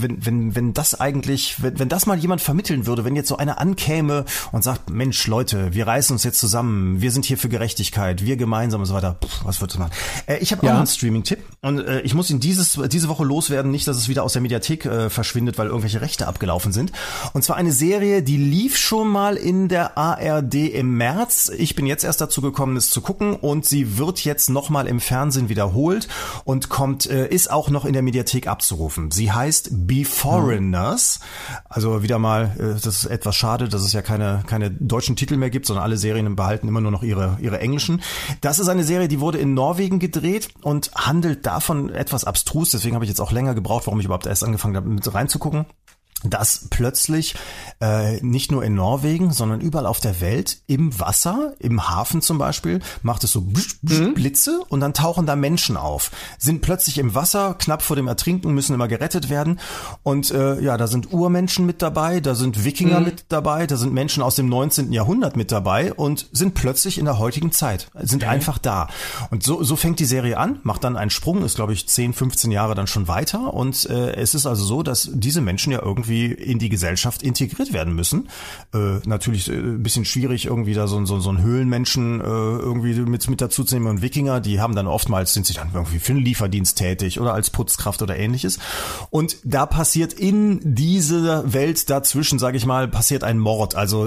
wenn das eigentlich, wenn das mal jemand vermitteln würde, wenn jetzt so einer ankäme und sagt, Mensch, Leute, wir reißen uns jetzt zusammen, wir sind hier für Gerechtigkeit, wir gemeinsam und so weiter. Was wird das machen? Ich habe auch noch einen Streaming-Tipp und ich muss ihn diese Woche loswerden, nicht, dass es wieder aus der Mediathek verschwindet, weil irgendwelche Rechte abgelaufen sind. Und zwar eine Serie, die lief schon mal in der ARD im März. Ich bin jetzt erst dazu gekommen, es zu gucken und sie wird jetzt nochmal im Fernsehen wiederholt und ist auch noch in der Mediathek abzurufen. Sie heißt Beforeigners. Also wieder mal, das ist etwas schade, dass es ja keine deutschen Titel mehr gibt, sondern alle Serien behalten immer nur noch ihre englischen. Das ist eine Serie, die wurde in Norwegen gedreht und handelt davon etwas abstrus. Deswegen habe ich jetzt auch länger gebraucht, warum ich überhaupt erst angefangen habe, mit reinzugucken. Dass plötzlich nicht nur in Norwegen, sondern überall auf der Welt im Wasser, im Hafen zum Beispiel, macht es so Blitze und dann tauchen da Menschen auf. Sind plötzlich im Wasser, knapp vor dem Ertrinken, müssen immer gerettet werden. Und da sind Urmenschen mit dabei, da sind Wikinger mit dabei, da sind Menschen aus dem 19. Jahrhundert mit dabei und sind plötzlich in der heutigen Zeit, sind einfach da. Und so fängt die Serie an, macht dann einen Sprung, ist glaube ich 10, 15 Jahre dann schon weiter und es ist also so, dass diese Menschen ja irgendwie in die Gesellschaft integriert werden müssen. Natürlich ein bisschen schwierig, irgendwie da so ein Höhlenmenschen irgendwie mit dazu zu nehmen und Wikinger, die haben dann oftmals, sind sie dann irgendwie für den Lieferdienst tätig oder als Putzkraft oder ähnliches. Und da passiert in dieser Welt dazwischen, sage ich mal, passiert ein Mord. Also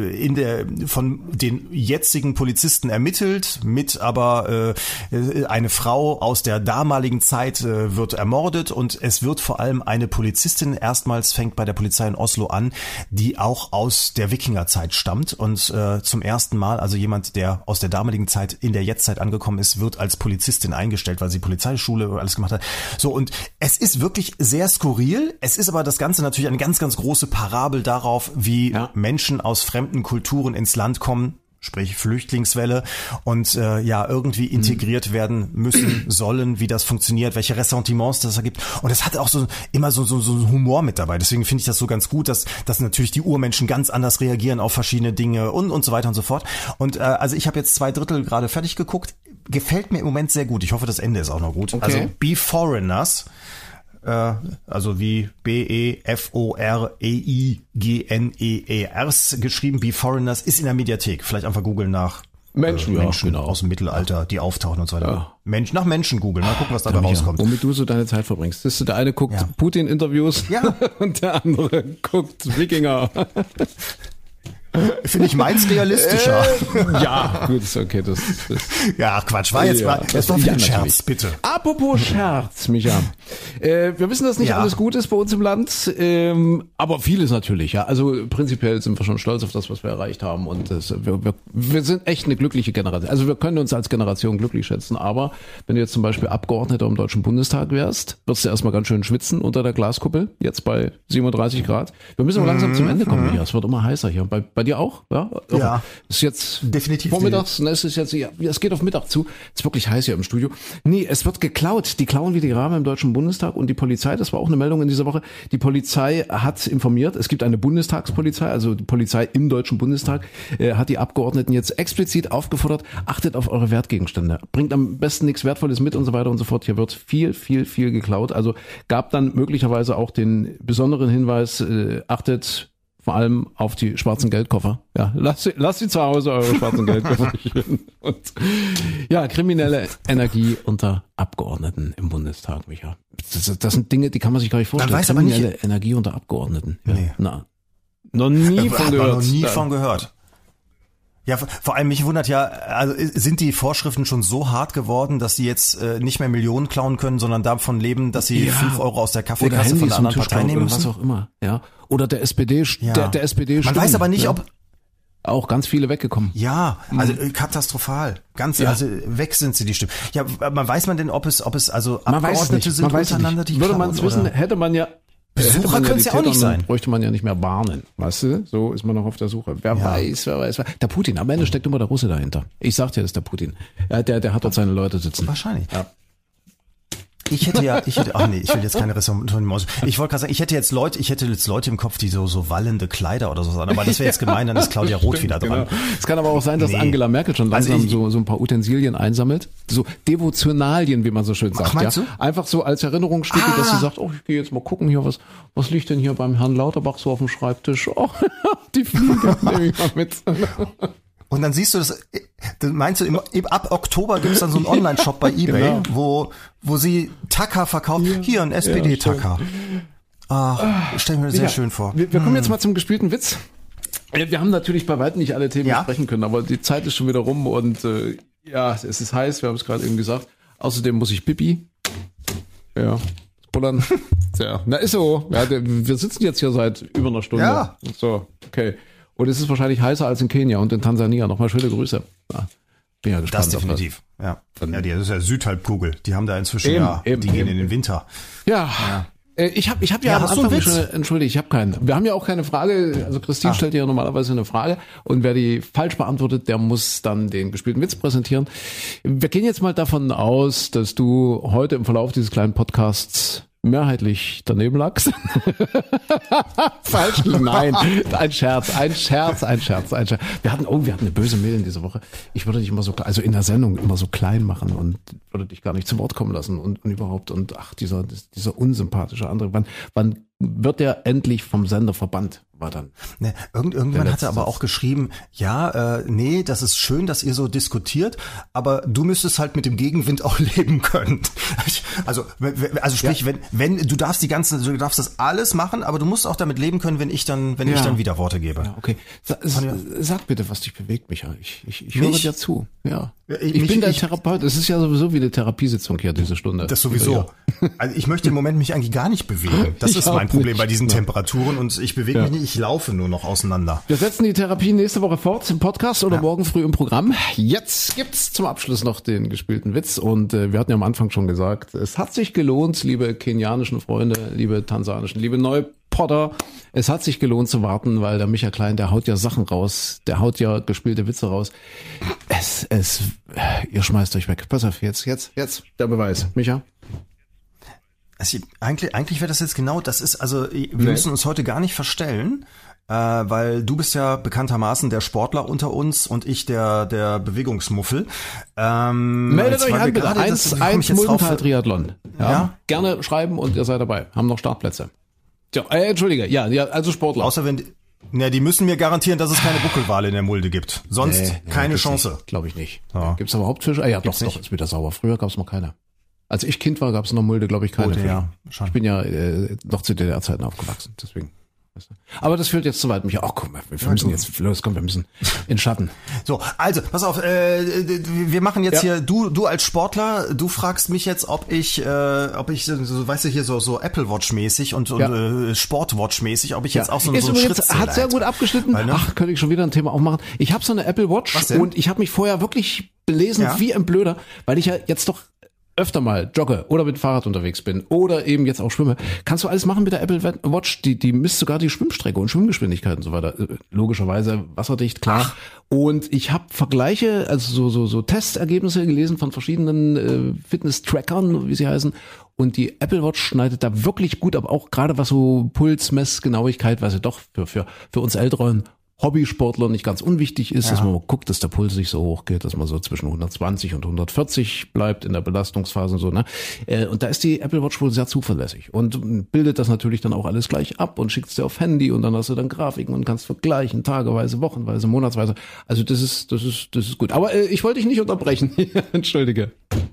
von den jetzigen Polizisten ermittelt, aber eine Frau aus der damaligen Zeit wird ermordet und es wird vor allem eine Polizistin erstmals fängt bei der Polizei in Oslo an, die auch aus der Wikingerzeit stammt und zum ersten Mal, also jemand, der aus der damaligen Zeit in der Jetztzeit angekommen ist, wird als Polizistin eingestellt, weil sie Polizeischule und alles gemacht hat. So, und es ist wirklich sehr skurril. Es ist aber das Ganze natürlich eine ganz, ganz große Parabel darauf, wie Menschen aus fremden Kulturen ins Land kommen, sprich Flüchtlingswelle und irgendwie integriert werden müssen, sollen, wie das funktioniert, welche Ressentiments das ergibt. Und es hat auch immer so einen Humor mit dabei. Deswegen finde ich das so ganz gut, dass natürlich die Urmenschen ganz anders reagieren auf verschiedene Dinge und so weiter und so fort. Und also ich habe jetzt 2/3 gerade fertig geguckt. Gefällt mir im Moment sehr gut. Ich hoffe, das Ende ist auch noch gut. Okay. Also Beforeigners. Also wie Beforeigner's geschrieben, Beforeigners, ist in der Mediathek. Vielleicht einfach googeln nach Menschen aus dem Mittelalter, die auftauchen und so weiter. Ja. Nach Menschen googeln, mal gucken, was dabei rauskommt. Womit du so deine Zeit verbringst. Der eine guckt Putin-Interviews und der andere guckt Wikinger. Finde ich meins realistischer. Ja, gut, ist okay. Das ja, Quatsch, das war für den Scherz, bitte. Apropos Scherz, Micha. Wir wissen, dass nicht alles gut ist bei uns im Land, aber vieles natürlich. Ja, also prinzipiell sind wir schon stolz auf das, was wir erreicht haben und wir sind echt eine glückliche Generation. Also wir können uns als Generation glücklich schätzen, aber wenn du jetzt zum Beispiel Abgeordneter im Deutschen Bundestag wärst, wirst du erstmal ganz schön schwitzen unter der Glaskuppel, jetzt bei 37 Grad. Wir müssen langsam zum Ende kommen hier. Es wird immer heißer hier. Bei dir auch? Ja. Ist jetzt definitiv vormittags, es ist jetzt, es geht auf Mittag zu. Es ist wirklich heiß hier im Studio. Nee, es wird geklaut. Die klauen wie die Rabe im Deutschen Bundestag und die Polizei, das war auch eine Meldung in dieser Woche, die Polizei hat informiert, es gibt eine Bundestagspolizei, also die Polizei im Deutschen Bundestag, hat die Abgeordneten jetzt explizit aufgefordert, achtet auf eure Wertgegenstände. Bringt am besten nichts Wertvolles mit und so weiter und so fort. Hier wird viel geklaut. Also gab dann möglicherweise auch den besonderen Hinweis, achtet vor allem auf die schwarzen Geldkoffer. Ja, lasst sie zu Hause eure schwarzen Geldkoffer und kriminelle Energie unter Abgeordneten im Bundestag, Micha. Das sind Dinge, die kann man sich gar nicht vorstellen. Man weiß kriminelle aber nicht, Energie unter Abgeordneten. Ja. Nee. Noch nie von gehört. Noch nie von gehört. Ja, vor allem mich wundert ja, also sind die Vorschriften schon so hart geworden, dass sie jetzt nicht mehr Millionen klauen können, sondern davon leben, dass sie 5 Euro aus der Kaffeekasse von der anderen Partei nehmen müssen? Oder was auch immer, ja. Oder der SPD, der SPD Man weiß aber nicht, ob auch ganz viele weggekommen. Ja, also katastrophal. Also weg sind sie, die Stimmen. Ja, weiß man denn, ob es also Abgeordnete sind untereinander, die würde man es wissen, hätte man ja Besucher können es ja auch nicht sein. Bräuchte man ja nicht mehr warnen. Weißt du? So ist man noch auf der Suche. Wer weiß. Der Putin, am Ende steckt immer der Russe dahinter. Ich sag dir, das ist der Putin. Der hat dort seine Leute sitzen. Wahrscheinlich. Ja. Ich will jetzt keine Ressentiments. Ich wollte gerade sagen, ich hätte jetzt Leute im Kopf, die so wallende Kleider oder so sagen, aber das wäre jetzt gemein, dann ist Claudia Roth wieder dran. Genau. Es kann aber auch sein, dass Angela Merkel schon langsam so ein paar Utensilien einsammelt. So Devotionalien, wie man so schön sagt. Meinst du? Einfach so als Erinnerungsstücke, dass sie sagt, ich gehe jetzt mal gucken hier, was liegt denn hier beim Herrn Lauterbach so auf dem Schreibtisch? Oh, die Fliege nehme ich mal mit. Und dann siehst du das, meinst du, ab Oktober gibt's dann so einen Online-Shop bei eBay, wo sie Tacker verkauft. Hier ein SPD-Tacker. Stell mir das sehr schön vor. Wir kommen jetzt mal zum gespielten Witz. Wir haben natürlich bei weitem nicht alle Themen besprechen können, aber die Zeit ist schon wieder rum und es ist heiß, wir haben es gerade eben gesagt. Außerdem muss ich Pipi. Ja, Bullern. Tja, na ist so. Ja, wir sitzen jetzt hier seit über einer Stunde. Ja. So, okay. Und es ist wahrscheinlich heißer als in Kenia und in Tansania. Nochmal schöne Grüße. Ja, bin ja gespannt. Das definitiv. Ja, das ist ja Südhalbkugel. Die haben da inzwischen die gehen in den Winter. Ja. Ich hab ja am Anfang schon, entschuldige, ich habe keinen. Wir haben ja auch keine Frage, also Christine stellt ja normalerweise eine Frage und wer die falsch beantwortet, der muss dann den gespielten Witz präsentieren. Wir gehen jetzt mal davon aus, dass du heute im Verlauf dieses kleinen Podcasts mehrheitlich daneben lagst. Falsch? Nein, ein Scherz. Wir hatten eine böse Mail in dieser Woche. Ich würde dich immer also in der Sendung immer so klein machen und würde dich gar nicht zu Wort kommen lassen und überhaupt dieser unsympathische andere. Wann wird der endlich vom Sender verbannt? War dann. Ne, irgendwann hat er aber auch geschrieben, das ist schön, dass ihr so diskutiert, aber du müsstest halt mit dem Gegenwind auch leben können. Also sprich, wenn du darfst du darfst das alles machen, aber du musst auch damit leben können, wenn ich dann wieder Worte gebe. Ja, okay. Sag bitte, was dich bewegt, Micha. Ich höre dir zu. Ja. Ich bin dein Therapeut. Es ist ja sowieso wie eine Therapiesitzung hier, diese Stunde. Das sowieso. Also ich möchte im Moment mich eigentlich gar nicht bewegen. Das ist mein Problem bei diesen Temperaturen und ich bewege mich nicht. Ich laufe nur noch auseinander. Wir setzen die Therapie nächste Woche fort im Podcast oder morgen früh im Programm. Jetzt gibt's zum Abschluss noch den gespielten Witz und wir hatten ja am Anfang schon gesagt, es hat sich gelohnt, liebe kenianischen Freunde, liebe tansanischen, liebe Neupotter, es hat sich gelohnt zu warten, weil der Micha Klein, der haut ja Sachen raus, der haut ja gespielte Witze raus. Ihr schmeißt euch weg. Pass auf, jetzt der Beweis. Micha? Also eigentlich wäre das jetzt genau, das ist, also wir müssen uns heute gar nicht verstellen, weil du bist ja bekanntermaßen der Sportler unter uns und ich der Bewegungsmuffel. Meldet euch an, bitte. 1 Muldental-Triathlon. Ja? Gerne schreiben und ihr seid dabei. Haben noch Startplätze. Tja, Entschuldige, also Sportler. Außer wenn, die müssen mir garantieren, dass es keine Buckelwale in der Mulde gibt. Sonst keine Chance. Glaube ich nicht. Ja. Gibt's da überhaupt Fische? Doch, ist wieder sauber. Früher gab's noch keine. Als ich Kind war, gab es in der Mulde, glaube ich, keine Fische. Ja, schon. Ich bin ja noch zu DDR-Zeiten aufgewachsen, deswegen. Aber das führt jetzt zu weit, Micha. Komm, wir müssen jetzt los, wir müssen in Schatten. So, also, pass auf, wir machen jetzt hier, du als Sportler, du fragst mich jetzt, ob ich so, weißt du, hier so Apple Watch mäßig und Sportwatch mäßig, ob ich jetzt auch so einen Schrittzähler hat sehr gut abgeschnitten. Könnte ich schon wieder ein Thema aufmachen. Ich habe so eine Apple Watch und ich habe mich vorher wirklich belesen wie ein Blöder, weil ich ja jetzt doch öfter mal jogge oder mit dem Fahrrad unterwegs bin oder eben jetzt auch schwimme, kannst du alles machen mit der Apple Watch. Die misst sogar die Schwimmstrecke und Schwimmgeschwindigkeit und so weiter. Logischerweise wasserdicht, klar. Und ich habe Vergleiche, also so Testergebnisse gelesen von verschiedenen Fitness-Trackern, wie sie heißen. Und die Apple Watch schneidet da wirklich gut, aber auch gerade was so Pulsmessgenauigkeit, was ja doch für uns älteren Hobbysportler nicht ganz unwichtig ist, dass man mal guckt, dass der Puls nicht so hoch geht, dass man so zwischen 120 und 140 bleibt in der Belastungsphase und so, ne? Und da ist die Apple Watch wohl sehr zuverlässig und bildet das natürlich dann auch alles gleich ab und schickt es dir auf Handy und dann hast du dann Grafiken und kannst vergleichen, tageweise, wochenweise, monatsweise. Also das ist gut. Aber ich wollte dich nicht unterbrechen. Entschuldige.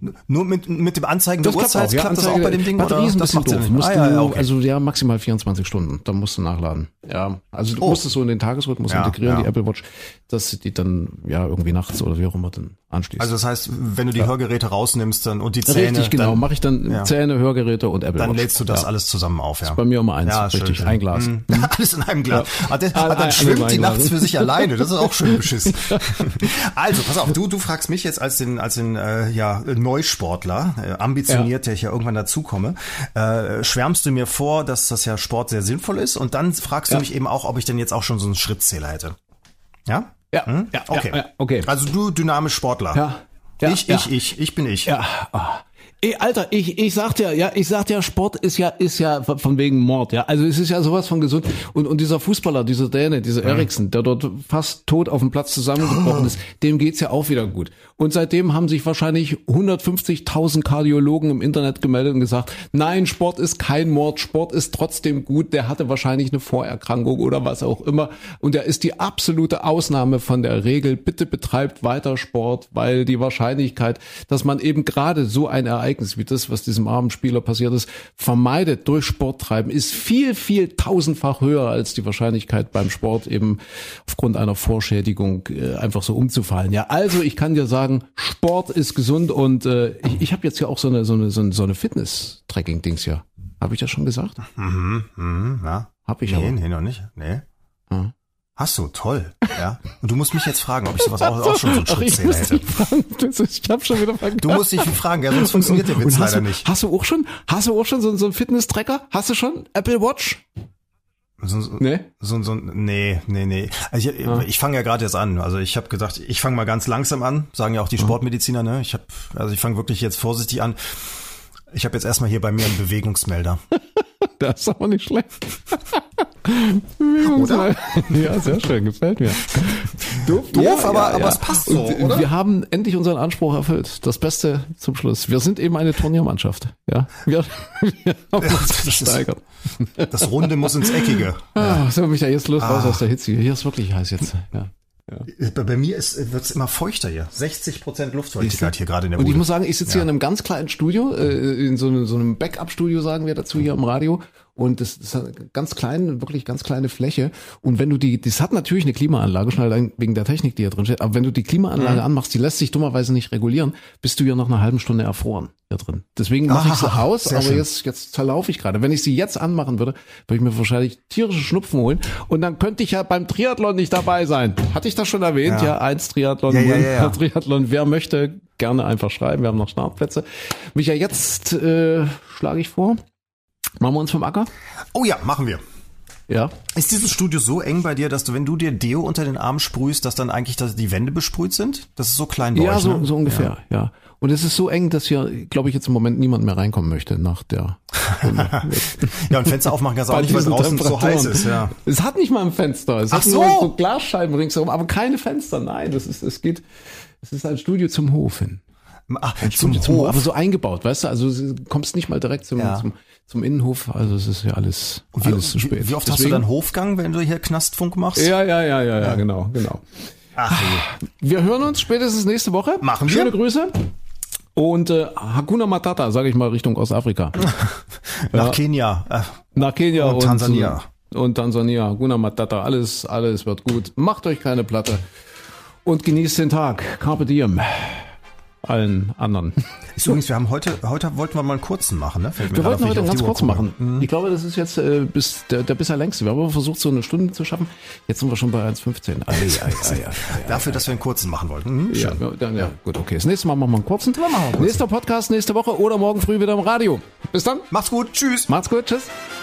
Nur mit dem Anzeigen der Uhrzeit klappt das auch bei dem Ding? Batterie ist ein bisschen doof. Okay. Also maximal 24 Stunden, da musst du nachladen. Ja, also du musst es so in den Tagesrhythmus integrieren, die Apple Watch, dass die dann irgendwie nachts oder wie auch immer dann anschließt. Also das heißt, wenn du die Hörgeräte rausnimmst dann und die Zähne... Richtig, genau, mache ich dann Zähne, Hörgeräte und Apple Watch. Dann lädst du das alles zusammen auf, ja. Das ist bei mir immer eins, richtig, schön. Ein Glas. Alles in einem Glas. Dann schwimmt die nachts für sich alleine, das ist auch schön beschissen. Also, pass auf, du fragst mich jetzt als den Neusportler, ambitioniert, der ich ja irgendwann dazukomme, schwärmst du mir vor, dass das ja Sport sehr sinnvoll ist und dann fragst du mich eben auch, ob ich denn jetzt auch schon so einen Schrittzähler hätte. Ja? Ja. Okay. Also du dynamisch Sportler. Ich bin ich. Ja. Ey, Alter, ich sag dir, Sport ist ja von wegen Mord, ja. Also es ist ja sowas von gesund. Und dieser Fußballer, dieser Däne, dieser Eriksen, der dort fast tot auf dem Platz zusammengebrochen ist, dem geht's ja auch wieder gut. Und seitdem haben sich wahrscheinlich 150.000 Kardiologen im Internet gemeldet und gesagt, nein, Sport ist kein Mord, Sport ist trotzdem gut. Der hatte wahrscheinlich eine Vorerkrankung oder was auch immer. Und er ist die absolute Ausnahme von der Regel. Bitte betreibt weiter Sport, weil die Wahrscheinlichkeit, dass man eben gerade so ein Ereignis wie das, was diesem armen Spieler passiert ist, vermeidet durch Sport treiben, ist viel, viel tausendfach höher als die Wahrscheinlichkeit beim Sport eben aufgrund einer Vorschädigung einfach so umzufallen. Ja, also ich kann dir sagen, Sport ist gesund und ich habe jetzt ja auch so eine Fitness-Tracking-Dings hier. Habe ich das schon gesagt? Ja. Hab ich aber. Nee, noch nicht. Nee. Hast du, toll. Ja. Und du musst mich jetzt fragen, ob ich sowas auch schon so einen Schrittzähler hätte. Ich habe schon wieder vergessen. Du musst dich fragen, ja, sonst funktioniert der Witz leider nicht. Hast du auch schon so einen Fitness-Tracker? Hast du schon Apple Watch? Nee. Nee. Also ich fange ja gerade jetzt an. Also ich habe gedacht, ich fange mal ganz langsam an, sagen ja auch die Sportmediziner, ne? Ich fange wirklich jetzt vorsichtig an. Ich habe jetzt erstmal hier bei mir einen Bewegungsmelder. Das ist aber nicht schlecht. Oder? Ja, sehr schön, gefällt mir. Doof, aber es passt so, oder? Wir haben endlich unseren Anspruch erfüllt. Das Beste zum Schluss. Wir sind eben eine Turniermannschaft. Ja, wir haben uns gesteigert. Das Runde muss ins Eckige. So, Michael, jetzt los raus aus der Hitze. Hier ist wirklich heiß jetzt. Ja. Bei mir wird's immer feuchter hier. 60% Luftfeuchtigkeit hier gerade in der Bude. Und ich muss sagen, ich sitze hier in einem ganz kleinen Studio, in so einem Backup-Studio, sagen wir dazu hier im Radio. Und das ist eine ganz kleine, wirklich ganz kleine Fläche. Und wenn du das hat natürlich eine Klimaanlage, schon allein wegen der Technik, die hier drin steht. Aber wenn du die Klimaanlage anmachst, die lässt sich dummerweise nicht regulieren, bist du ja nach einer halben Stunde erfroren hier drin. Deswegen mache ich sie aus, aber jetzt zerlaufe ich gerade. Wenn ich sie jetzt anmachen würde ich mir wahrscheinlich tierische Schnupfen holen. Und dann könnte ich ja beim Triathlon nicht dabei sein. Hatte ich das schon erwähnt? Ja, 1 Triathlon, Triathlon. Wer möchte, gerne einfach schreiben. Wir haben noch Startplätze. Micha, jetzt schlage ich vor. Machen wir uns vom Acker? Oh ja, machen wir. Ja. Ist dieses Studio so eng bei dir, dass du, wenn du dir Deo unter den Arm sprühst, dass dann eigentlich die Wände besprüut sind? Das ist so klein bei euch, ne? So ungefähr, ja. Und es ist so eng, dass hier, glaube ich, jetzt im Moment niemand mehr reinkommen möchte nach der Ja, und Fenster aufmachen kannst du auch nicht, weil draußen so heiß ist, ja. Es hat nicht mal ein Fenster. Es hat nur so Glasscheiben ringsherum, aber keine Fenster. Nein, es ist ein Studio zum Hof hin. Zum Hof. Aber so eingebaut, weißt du? Also du kommst nicht mal direkt zum Innenhof. Also es ist ja alles zu spät. Wie oft hast du dann Hofgang, wenn du hier Knastfunk machst? Ja, genau. Ach, wir hören uns spätestens nächste Woche. Machen wir. Schöne Grüße. Und Hakuna Matata, sage ich mal, Richtung Ostafrika. Nach Kenia. Nach Kenia und Tansania. Und Tansania. Hakuna Matata, alles wird gut. Macht euch keine Platte. Und genießt den Tag. Carpe diem. Allen anderen. Ist übrigens, wir haben heute wollten wir mal einen kurzen machen, ne? Wir wollten heute einen ganz kurzen machen. Ich glaube, das ist jetzt der bisher längste. Wir haben aber versucht, so eine Stunde zu schaffen. Jetzt sind wir schon bei 1,15. Dafür, dass wir einen kurzen machen wollten. Ja, gut, okay. Das nächste Mal machen wir einen kurzen. Nächster Podcast nächste Woche oder morgen früh wieder im Radio. Bis dann. Macht's gut. Tschüss. Macht's gut. Tschüss.